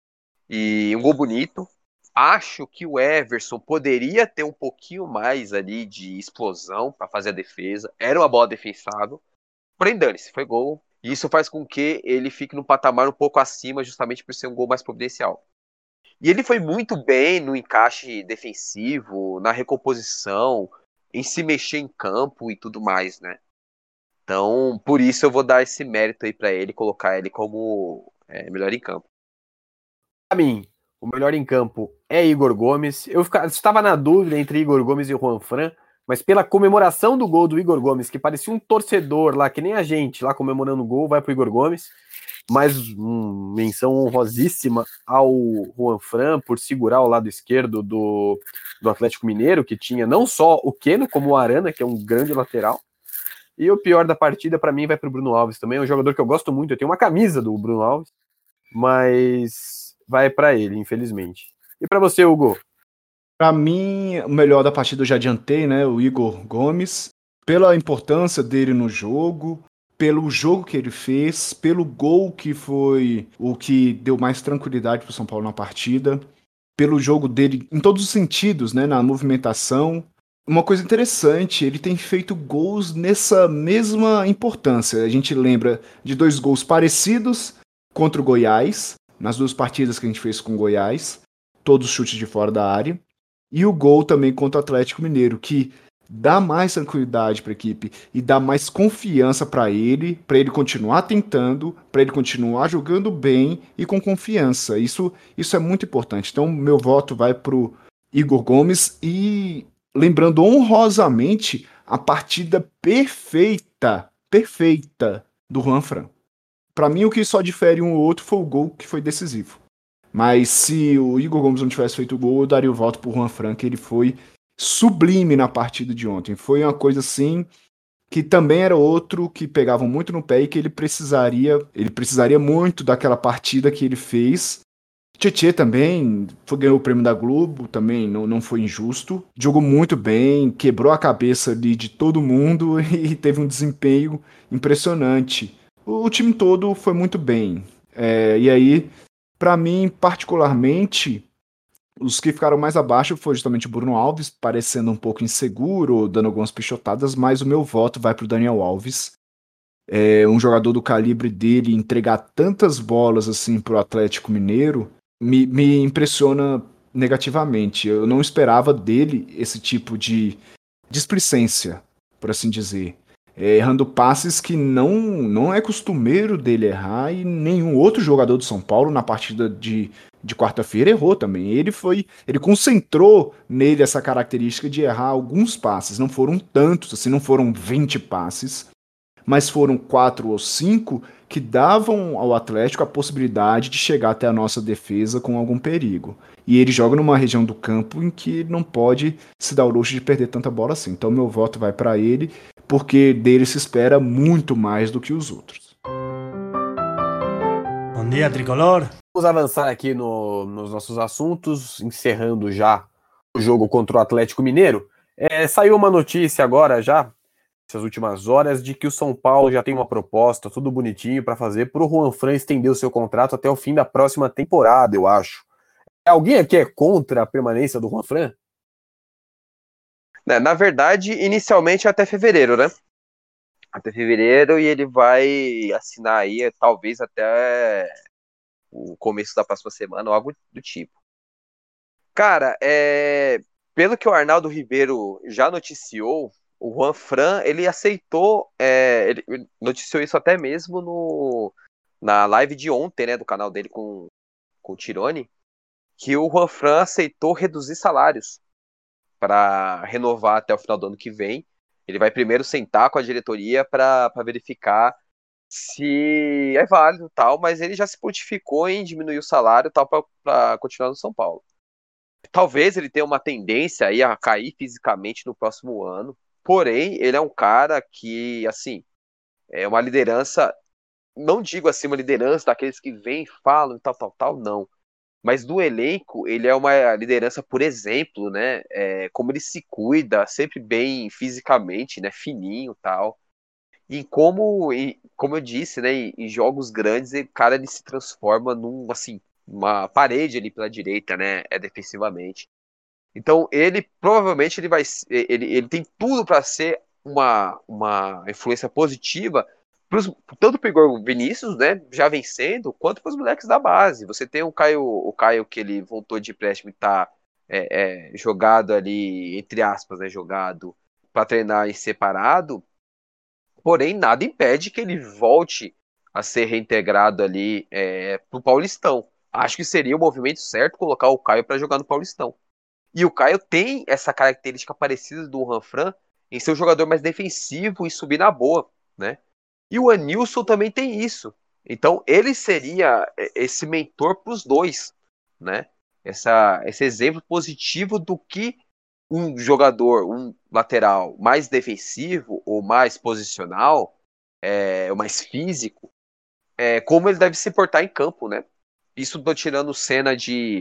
e um gol bonito. Acho que o Everson poderia ter um pouquinho mais ali de explosão para fazer a defesa, era uma bola defensável, porém dane-se, foi gol. E isso faz com que ele fique num patamar um pouco acima, justamente por ser um gol mais providencial. E ele foi muito bem no encaixe defensivo, na recomposição, em se mexer em campo e tudo mais, né? Então, por isso eu vou dar esse mérito aí pra ele, colocar ele como é, melhor em campo. Pra mim, o melhor em campo é Igor Gomes. Eu ficava, estava na dúvida entre Igor Gomes e Juanfran, mas pela comemoração do gol do Igor Gomes, que parecia um torcedor lá, que nem a gente, lá comemorando o gol, vai pro Igor Gomes. Mas hum, menção honrosíssima ao Juanfran por segurar o lado esquerdo do, do Atlético Mineiro, que tinha não só o Keno, como o Arana, que é um grande lateral. E o pior da partida, para mim, vai pro Bruno Alves também. É um jogador que eu gosto muito. Eu tenho uma camisa do Bruno Alves, mas vai para ele, infelizmente. E para você, Hugo? Para mim, o melhor da partida eu já adiantei, né? O Igor Gomes, pela importância dele no jogo, pelo jogo que ele fez, pelo gol que foi o que deu mais tranquilidade para o São Paulo na partida, pelo jogo dele em todos os sentidos, né? Na movimentação. Uma coisa interessante, ele tem feito gols nessa mesma importância. A gente lembra de dois gols parecidos contra o Goiás, nas duas partidas que a gente fez com o Goiás, todos chutes de fora da área. E o gol também contra o Atlético Mineiro, que dá mais tranquilidade para a equipe e dá mais confiança para ele, para ele continuar tentando, para ele continuar jogando bem e com confiança. Isso, isso é muito importante. Então, meu voto vai para o Igor Gomes e lembrando honrosamente a partida perfeita, perfeita do Juanfran. Para mim, o que só difere um ou outro foi o gol que foi decisivo. Mas se o Igor Gomes não tivesse feito o gol, eu daria o voto pro Juanfran, que ele foi sublime na partida de ontem. Foi uma coisa assim que também era outro que pegavam muito no pé e que ele precisaria, ele precisaria muito daquela partida que ele fez. Tietê também foi, ganhou o prêmio da Globo, também não, não foi injusto. Jogou muito bem, quebrou a cabeça ali de todo mundo e teve um desempenho impressionante. O, o time todo foi muito bem. É, e aí, para mim, particularmente, os que ficaram mais abaixo foi justamente o Bruno Alves, parecendo um pouco inseguro, dando algumas pichotadas, mas o meu voto vai para o Daniel Alves. É, um jogador do calibre dele entregar tantas bolas assim para o Atlético Mineiro me, me impressiona negativamente. Eu não esperava dele esse tipo de displicência por assim dizer. É, errando passes que não, não é costumeiro dele errar e nenhum outro jogador do São Paulo na partida de, de quarta-feira errou também. Ele foi, ele concentrou nele essa característica de errar alguns passes. Não foram tantos, assim, não foram vinte passes, mas foram quatro ou cinco que davam ao Atlético a possibilidade de chegar até a nossa defesa com algum perigo. E ele joga numa região do campo em que não pode se dar o luxo de perder tanta bola assim. Então meu voto vai para ele, porque dele se espera muito mais do que os outros. Bom dia, Tricolor. Vamos avançar aqui no, nos nossos assuntos, encerrando já o jogo contra o Atlético Mineiro. É, saiu uma notícia agora já, essas últimas horas, de que o São Paulo já tem uma proposta, tudo bonitinho para fazer para o Juanfran estender o seu contrato até o fim da próxima temporada, eu acho. Alguém aqui é contra a permanência do Juanfran? Na verdade, inicialmente até fevereiro, né? Até fevereiro, e ele vai assinar aí, talvez até o começo da próxima semana, ou algo do tipo. Cara, é... pelo que o Arnaldo Ribeiro já noticiou, o Juanfran, ele aceitou, é... ele noticiou isso até mesmo no... na live de ontem, né, do canal dele com, com o Tirone, que o Juanfran aceitou reduzir salários para renovar até o final do ano que vem. Ele vai primeiro sentar com a diretoria para verificar se é válido tal, mas ele já se prontificou em diminuir o salário tal para continuar no São Paulo. Talvez ele tenha uma tendência aí a cair fisicamente no próximo ano, porém ele é um cara que, assim, é uma liderança, não digo assim uma liderança daqueles que vêm e falam tal, tal, tal, não. Mas do elenco, ele é uma liderança por exemplo, né? É, como ele se cuida, sempre bem fisicamente, né? Fininho e tal. E como, e, como eu disse, né? Em, em jogos grandes, o cara ele se transforma num, assim, uma parede ali pela direita, né? É defensivamente. Então ele provavelmente ele vai, ele, ele tem tudo para ser uma, uma influência positiva pros, tanto para o Igor Vinícius, né, já vencendo, quanto para os moleques da base. Você tem o Caio, o Caio que ele voltou de empréstimo e está é, é, jogado ali, entre aspas, né, jogado para treinar em separado, porém nada impede que ele volte a ser reintegrado ali é, para o Paulistão. Acho que seria o movimento certo colocar o Caio para jogar no Paulistão. E o Caio tem essa característica parecida do Juanfran em ser um jogador mais defensivo e subir na boa, né? E o Anilson também tem isso. Então ele seria esse mentor para os dois, né? Essa, esse exemplo positivo do que um jogador, um lateral mais defensivo ou mais posicional, é, ou mais físico, é, como ele deve se portar em campo, né? Isso tô tirando cena de,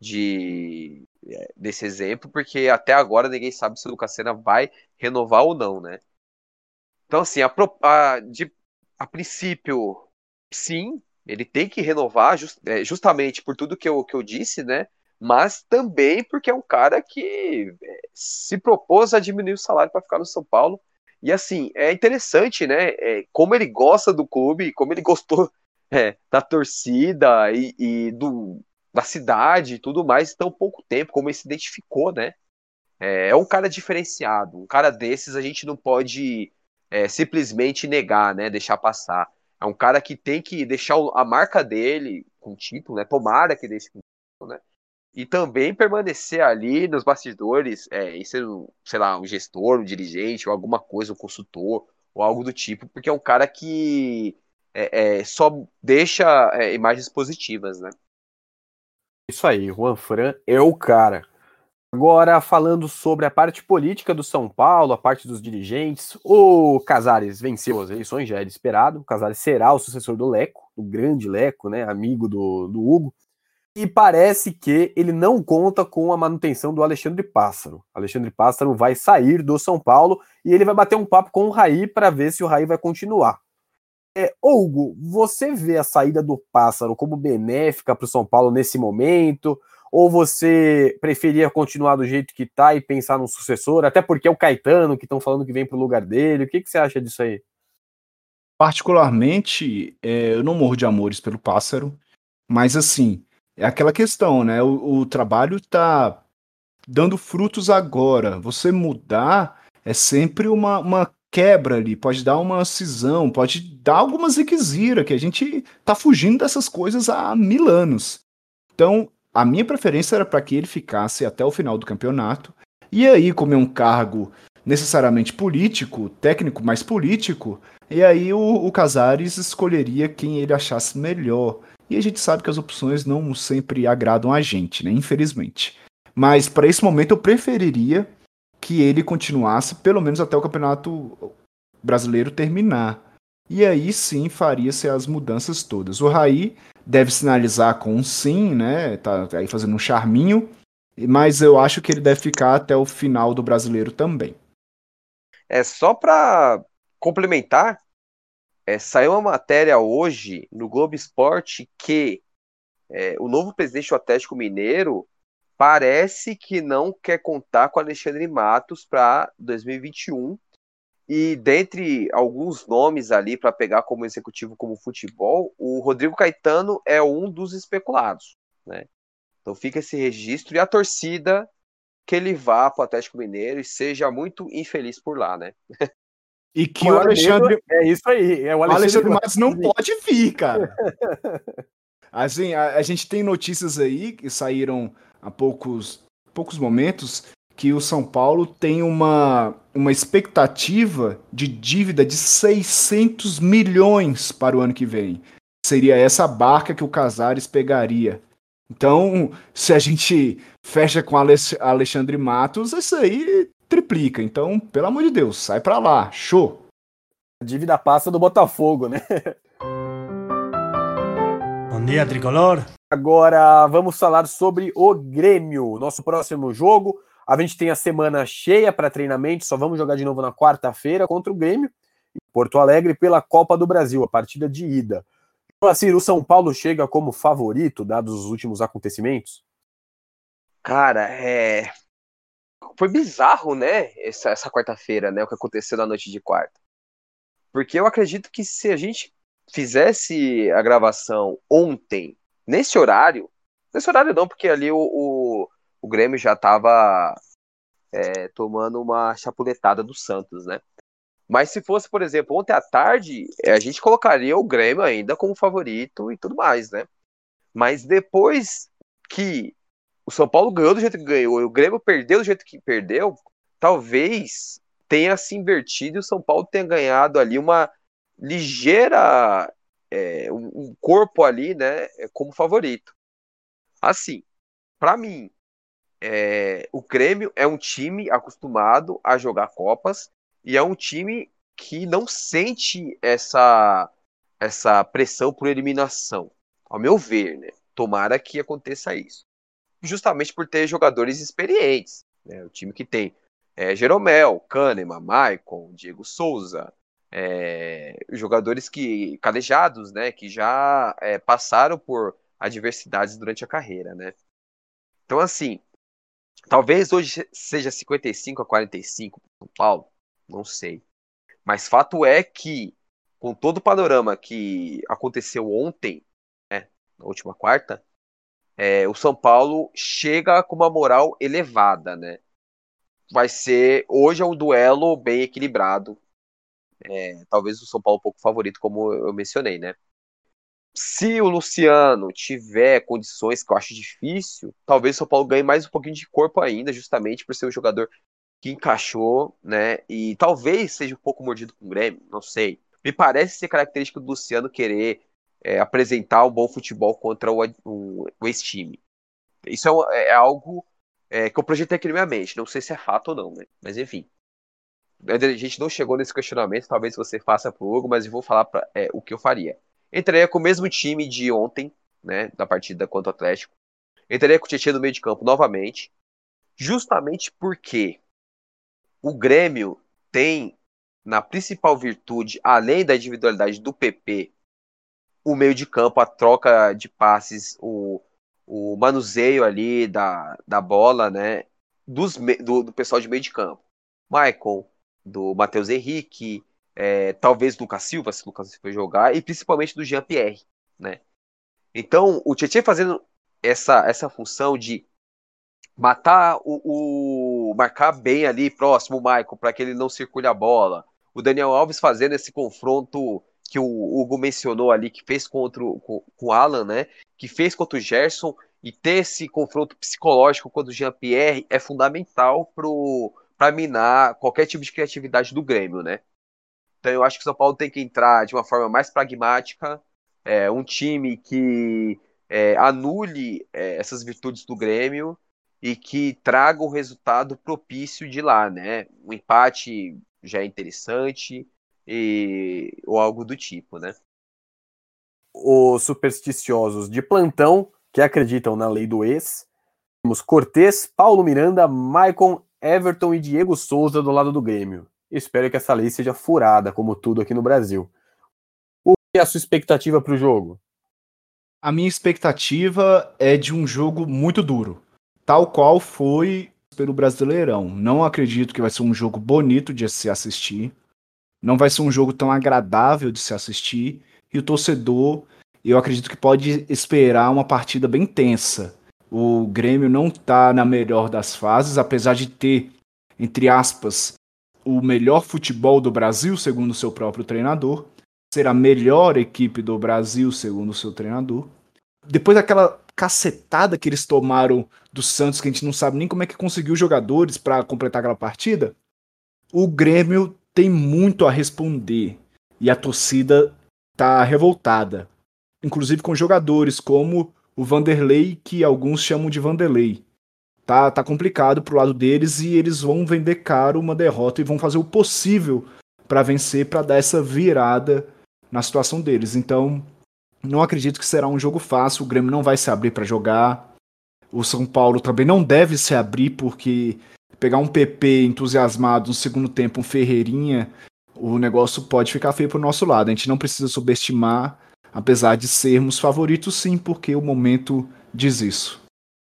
de desse exemplo, porque até agora ninguém sabe se o Lucas Senna vai renovar ou não, né? Então, assim, a, a, de, a princípio, sim, ele tem que renovar just, é, justamente por tudo que eu, que eu disse, né? Mas também porque é um cara que é, se propôs a diminuir o salário para ficar no São Paulo. E, assim, é interessante, né? É, como ele gosta do clube, como ele gostou é, da torcida e, e do, da cidade e tudo mais em tão pouco tempo, como ele se identificou, né? É, é um cara diferenciado. Um cara desses a gente não pode é, simplesmente negar, né? Deixar passar. É um cara que tem que deixar a marca dele com título, né? Tomara que deixe com título, né? E também permanecer ali nos bastidores, é, e ser, sei lá, um gestor, um dirigente, ou alguma coisa, um consultor, ou algo do tipo, porque é um cara que é, é, só deixa é, imagens positivas, né? Isso aí, Juanfran é o cara. Agora, falando sobre a parte política do São Paulo, a parte dos dirigentes, o Casares venceu as eleições, já era esperado. O Casares será o sucessor do Leco, o grande Leco, né, amigo do, do Hugo. E parece que ele não conta com a manutenção do Alexandre Pássaro. Alexandre Pássaro vai sair do São Paulo e ele vai bater um papo com o Raí para ver se o Raí vai continuar. É, Hugo, você vê a saída do Pássaro como benéfica para o São Paulo nesse momento? Ou você preferia continuar do jeito que está e pensar num sucessor? Até porque é o Caetano que estão falando que vem para o lugar dele. O que, que você acha disso aí? Particularmente, é, eu não morro de amores pelo Pássaro, mas assim, é aquela questão, né? O, o trabalho tá dando frutos agora. Você mudar é sempre uma, uma quebra ali, pode dar uma cisão, pode dar alguma ziquezira, que a gente tá fugindo dessas coisas há mil anos. Então, a minha preferência era para que ele ficasse até o final do campeonato, e aí, como é um cargo necessariamente político, técnico, mas político, e aí o, o Casares escolheria quem ele achasse melhor. E a gente sabe que as opções não sempre agradam a gente, né? Infelizmente. Mas para esse momento eu preferiria que ele continuasse pelo menos até o Campeonato Brasileiro terminar. E aí sim faria-se as mudanças todas. O Raí deve sinalizar com um sim, né? Tá aí fazendo um charminho, mas eu acho que ele deve ficar até o final do Brasileiro também. É só para complementar, é, saiu uma matéria hoje no Globo Esporte que é, o novo presidente do Atlético Mineiro parece que não quer contar com Alexandre Matos para dois mil e vinte e um. E dentre alguns nomes ali para pegar como executivo como futebol, o Rodrigo Caetano é um dos especulados, né? Então fica esse registro e a torcida que ele vá para o Atlético Mineiro e seja muito infeliz por lá, né? E O que o maior medo Alexandre, é isso aí. É o o Alexandre, Alexandre Matos não Matos. pode vir, cara. Assim, a, a gente tem notícias aí que saíram há poucos, poucos momentos que o São Paulo tem uma, uma expectativa de dívida de seiscentos milhões para o ano que vem. Seria essa barca que o Casares pegaria. Então, se a gente fecha com Alex- Alexandre Matos, isso aí triplica. Então, pelo amor de Deus, sai pra lá. Show! A dívida passa do Botafogo, né? Bom dia, tricolor. Agora vamos falar sobre o Grêmio, nosso próximo jogo. A gente tem a semana cheia para treinamento, só vamos jogar de novo na quarta-feira contra o Grêmio, em Porto Alegre, pela Copa do Brasil, a partida de ida. Assim, o São Paulo chega como favorito, dados os últimos acontecimentos? Cara, é... foi bizarro, né? Essa, essa quarta-feira, né? O que aconteceu na noite de quarta. Porque eu acredito que se a gente fizesse a gravação ontem, nesse horário, nesse horário não, porque ali o, o, o Grêmio já estava é, tomando uma chapuletada do Santos, né? Mas se fosse, por exemplo, ontem à tarde, é, a gente colocaria o Grêmio ainda como favorito e tudo mais, né? Mas depois que o São Paulo ganhou do jeito que ganhou e o Grêmio perdeu do jeito que perdeu, talvez tenha se invertido e o São Paulo tenha ganhado ali uma ligeira é, um, um corpo ali, né, como favorito. Assim, para mim, é, o Grêmio é um time acostumado a jogar Copas e é um time que não sente essa essa pressão por eliminação, ao meu ver, né? Tomara que aconteça isso. Justamente por ter jogadores experientes, né? O time que tem é, Jeromel, Kahneman, Maicon, Diego Souza, é, jogadores que calejados, né? Que já é, passaram por adversidades durante a carreira, né? Então, assim, talvez hoje seja cinquenta e cinco a quarenta e cinco para São Paulo, não sei. Mas fato é que, com todo o panorama que aconteceu ontem, né, na última quarta, é, o São Paulo chega com uma moral elevada, né? Vai ser, hoje é um duelo bem equilibrado. É, talvez o São Paulo um pouco favorito, como eu mencionei, né? Se o Luciano tiver condições, que eu acho difícil, talvez o São Paulo ganhe mais um pouquinho de corpo ainda, justamente por ser um jogador que encaixou, né? E talvez seja um pouco mordido com o Grêmio, não sei. Me parece ser característica do Luciano querer é, apresentar um bom futebol contra o, o, o ex-time. Isso é, um- é algo é, que eu projetei aqui na minha mente. Não sei se é fato ou não, né? Mas enfim. A gente não chegou nesse questionamento, talvez você faça pro Hugo, mas eu vou falar pra, é, o que eu faria. Entraria com o mesmo time de ontem, né? Da partida contra o Atlético. Entraria com o Tietchan no meio de campo novamente. Justamente porque o Grêmio tem, na principal virtude, além da individualidade do P P, o meio de campo, a troca de passes, o, o manuseio ali da, da bola, né? Dos, do, do pessoal de meio de campo. Maicon, do Matheus Henrique, é, talvez do Lucas Silva, se o Lucas Silva jogar, e principalmente do Jean-Pierre, né? Então, o Tietchan fazendo essa, essa função de matar o, o marcar bem ali próximo o Maicon para que ele não circule a bola. O Daniel Alves fazendo esse confronto que o Hugo mencionou ali, que fez contra o, com, com o Alan, né? Que fez contra o Gerson, e ter esse confronto psicológico contra o Jean-Pierre é fundamental para minar qualquer tipo de criatividade do Grêmio, né? Então eu acho que o São Paulo tem que entrar de uma forma mais pragmática, é, um time que é, anule é, essas virtudes do Grêmio e que traga um resultado propício de lá, né? Um empate já é interessante e, ou algo do tipo, né? Os supersticiosos de plantão que acreditam na lei do ex. Temos Cortez, Paulo Miranda, Maicon, Everton e Diego Souza do lado do Grêmio. Espero que essa lei seja furada, como tudo aqui no Brasil. O que é a sua expectativa para o jogo? A minha expectativa é de um jogo muito duro, tal qual foi pelo Brasileirão. Não acredito que vai ser um jogo bonito de se assistir, não vai ser um jogo tão agradável de se assistir, e o torcedor, eu acredito que pode esperar uma partida bem tensa. O Grêmio não está na melhor das fases, apesar de ter, entre aspas, o melhor futebol do Brasil, segundo o seu próprio treinador, ser a melhor equipe do Brasil, segundo o seu treinador. Depois daquela cacetada que eles tomaram do Santos, que a gente não sabe nem como é que conseguiu jogadores para completar aquela partida, o Grêmio tem muito a responder e a torcida tá revoltada, inclusive com jogadores como o Vanderlei, que alguns chamam de Vanderlei. Tá, tá complicado pro lado deles e eles vão vender caro uma derrota e vão fazer o possível para vencer, para dar essa virada na situação deles. Então, não acredito que será um jogo fácil, o Grêmio não vai se abrir para jogar, o São Paulo também não deve se abrir, porque pegar um P P entusiasmado no segundo tempo, um Ferreirinha, o negócio pode ficar feio pro nosso lado. A gente não precisa subestimar, apesar de sermos favoritos sim, porque o momento diz isso.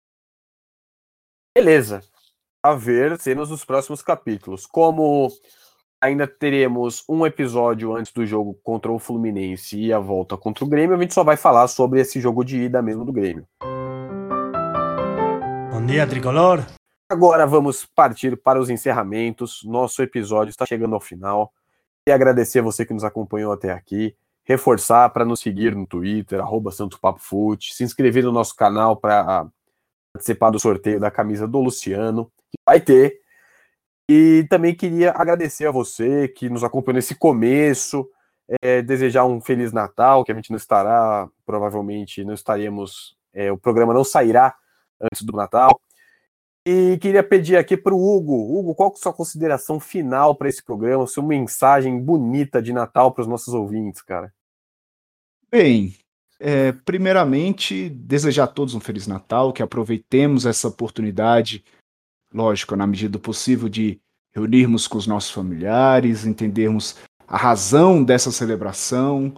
Beleza. A ver cenas dos próximos capítulos. Como ainda teremos um episódio antes do jogo contra o Fluminense e a volta contra o Grêmio, a gente só vai falar sobre esse jogo de ida mesmo do Grêmio. Bom dia, Tricolor. Agora vamos partir para os encerramentos. Nosso episódio está chegando ao final. E agradecer a você que nos acompanhou até aqui. Reforçar para nos seguir no Twitter, arroba Santo Papo Fute. Se inscrever no nosso canal para participar do sorteio da camisa do Luciano, que vai ter. E também queria agradecer a você que nos acompanhou nesse começo, é, desejar um Feliz Natal, que a gente não estará, provavelmente não estaremos, é, o programa não sairá antes do Natal. E queria pedir aqui para o Hugo. Hugo, qual que é a sua consideração final para esse programa, sua mensagem bonita de Natal para os nossos ouvintes, cara? Bem, é, primeiramente, desejar a todos um Feliz Natal, que aproveitemos essa oportunidade, lógico, na medida do possível, de reunirmos com os nossos familiares, entendermos a razão dessa celebração,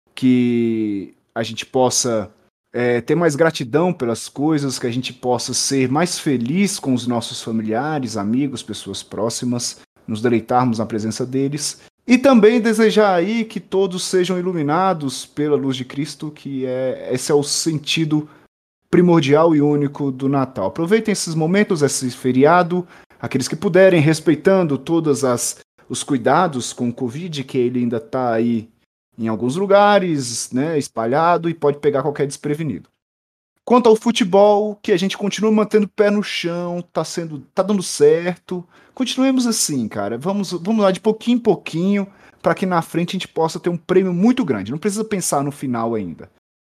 que a gente possa é, ter mais gratidão pelas coisas, que a gente possa ser mais feliz com os nossos familiares, amigos, pessoas próximas, nos deleitarmos na presença deles. E também desejar aí que todos sejam iluminados pela luz de Cristo, que é, esse é o sentido primordial e único do Natal. Aproveitem esses momentos, esse feriado, aqueles que puderem, respeitando todos as, os cuidados com o Covid, que ele ainda está aí em alguns lugares, né, espalhado, e pode pegar qualquer desprevenido. Quanto ao futebol, que a gente continua mantendo o pé no chão, tá sendo, tá dando certo. Continuemos assim, cara. Vamos, vamos lá de pouquinho em pouquinho, para que na frente a gente possa ter um prêmio muito grande. Não precisa pensar no final ainda.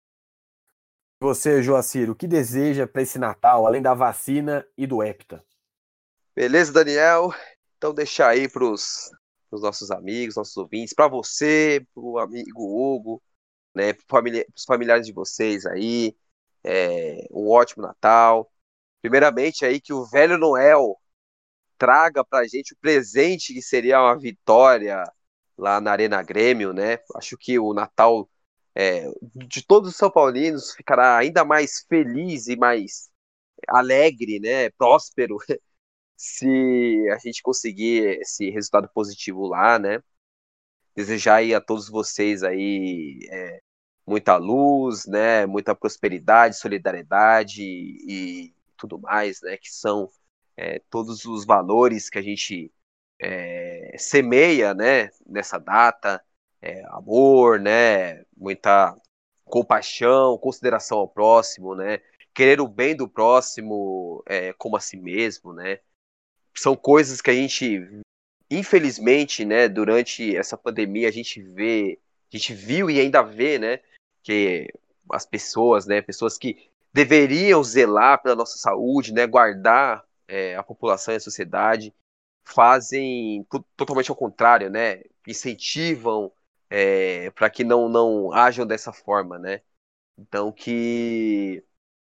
Você, Joacir, o que deseja para esse Natal, além da vacina e do Hepta? Beleza, Daniel? Então deixar aí para os nossos amigos, nossos ouvintes, para você, para o amigo Hugo, né, para os familiares de vocês aí, é, um ótimo Natal. Primeiramente aí que o Velho Noel traga para a gente o presente que seria uma vitória lá na Arena Grêmio, né? Acho que o Natal é, de todos os São Paulinos ficará ainda mais feliz e mais alegre, né? Próspero, se a gente conseguir esse resultado positivo lá, né? Desejar aí a todos vocês aí é, muita luz, né? Muita prosperidade, solidariedade e tudo mais, né? Que são é, todos os valores que a gente é, semeia, né? Nessa data, é, amor, né? Muita compaixão, consideração ao próximo, né? Querer o bem do próximo é, como a si mesmo, né? São coisas que a gente, infelizmente, né? Durante essa pandemia a gente vê, a gente viu e ainda vê, né? Que as pessoas, né? Pessoas que deveriam zelar pela nossa saúde, né? Guardar é, a população e a sociedade, fazem t- totalmente ao contrário, né? Incentivam é, para que não, não ajam dessa forma, né? Então que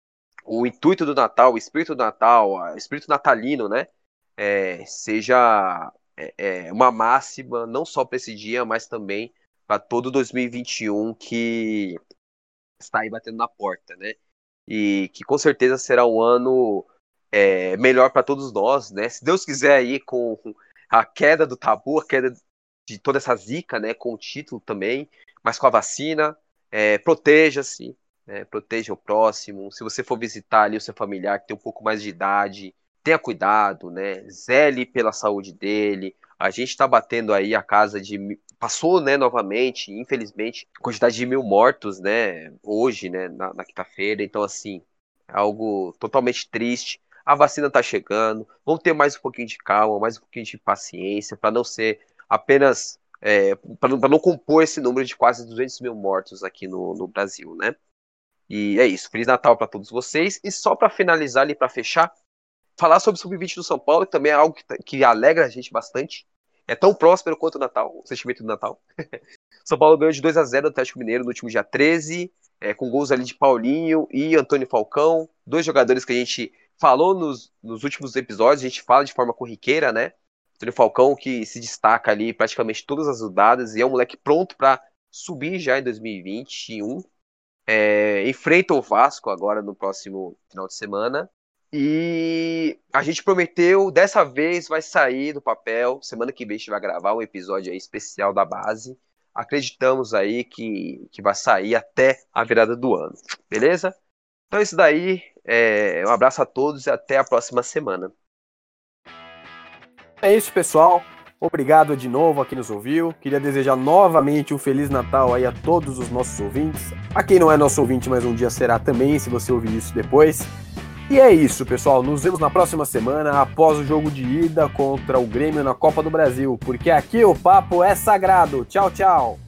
o intuito do Natal, o espírito do Natal, o espírito natalino, né? É, seja é, é, uma máxima, não só para esse dia, mas também para todo dois mil e vinte e um que está aí batendo na porta, né? E que com certeza será um ano é, melhor para todos nós, né? Se Deus quiser aí com a queda do tabu, a queda de toda essa zica, né? Com o título também, mas com a vacina, é, proteja-se, né, proteja o próximo. Se você for visitar ali o seu familiar que tem um pouco mais de idade, tenha cuidado, né? Zele pela saúde dele. A gente está batendo aí a casa de passou, né, novamente, infelizmente, quantidade de mil mortos, né, hoje, né, na, na quinta-feira. Então, assim, é algo totalmente triste. A vacina tá chegando. Vamos ter mais um pouquinho de calma, mais um pouquinho de paciência, para não ser apenas é, para não, não compor esse número de quase duzentos mil mortos aqui no, no Brasil, né? E é isso. Feliz Natal para todos vocês. E só para finalizar ali, para fechar, falar sobre o sub vinte do São Paulo, que também é algo que, que alegra a gente bastante. É tão próspero quanto o Natal, o sentimento do Natal. São Paulo ganhou de dois a zero do Atlético Mineiro no último dia treze, é, com gols ali de Paulinho e Antônio Falcão, dois jogadores que a gente falou nos, nos últimos episódios, a gente fala de forma corriqueira, né? Antônio Falcão que se destaca ali praticamente todas as rodadas e é um moleque pronto para subir já em dois mil e vinte e um. É, enfrenta o Vasco agora no próximo final de semana. E a gente prometeu, dessa vez vai sair do papel. Semana que vem a gente vai gravar um episódio aí especial da base. Acreditamos aí que, que vai sair até a virada do ano. Beleza? Então é isso daí. É, um abraço a todos e até a próxima semana. É isso, pessoal. Obrigado de novo a quem nos ouviu. Queria desejar novamente um Feliz Natal aí a todos os nossos ouvintes. A quem não é nosso ouvinte, mas um dia será também, se você ouvir isso depois. E é isso, pessoal. Nos vemos na próxima semana, após o jogo de ida contra o Grêmio na Copa do Brasil, porque aqui o papo é sagrado. Tchau, tchau!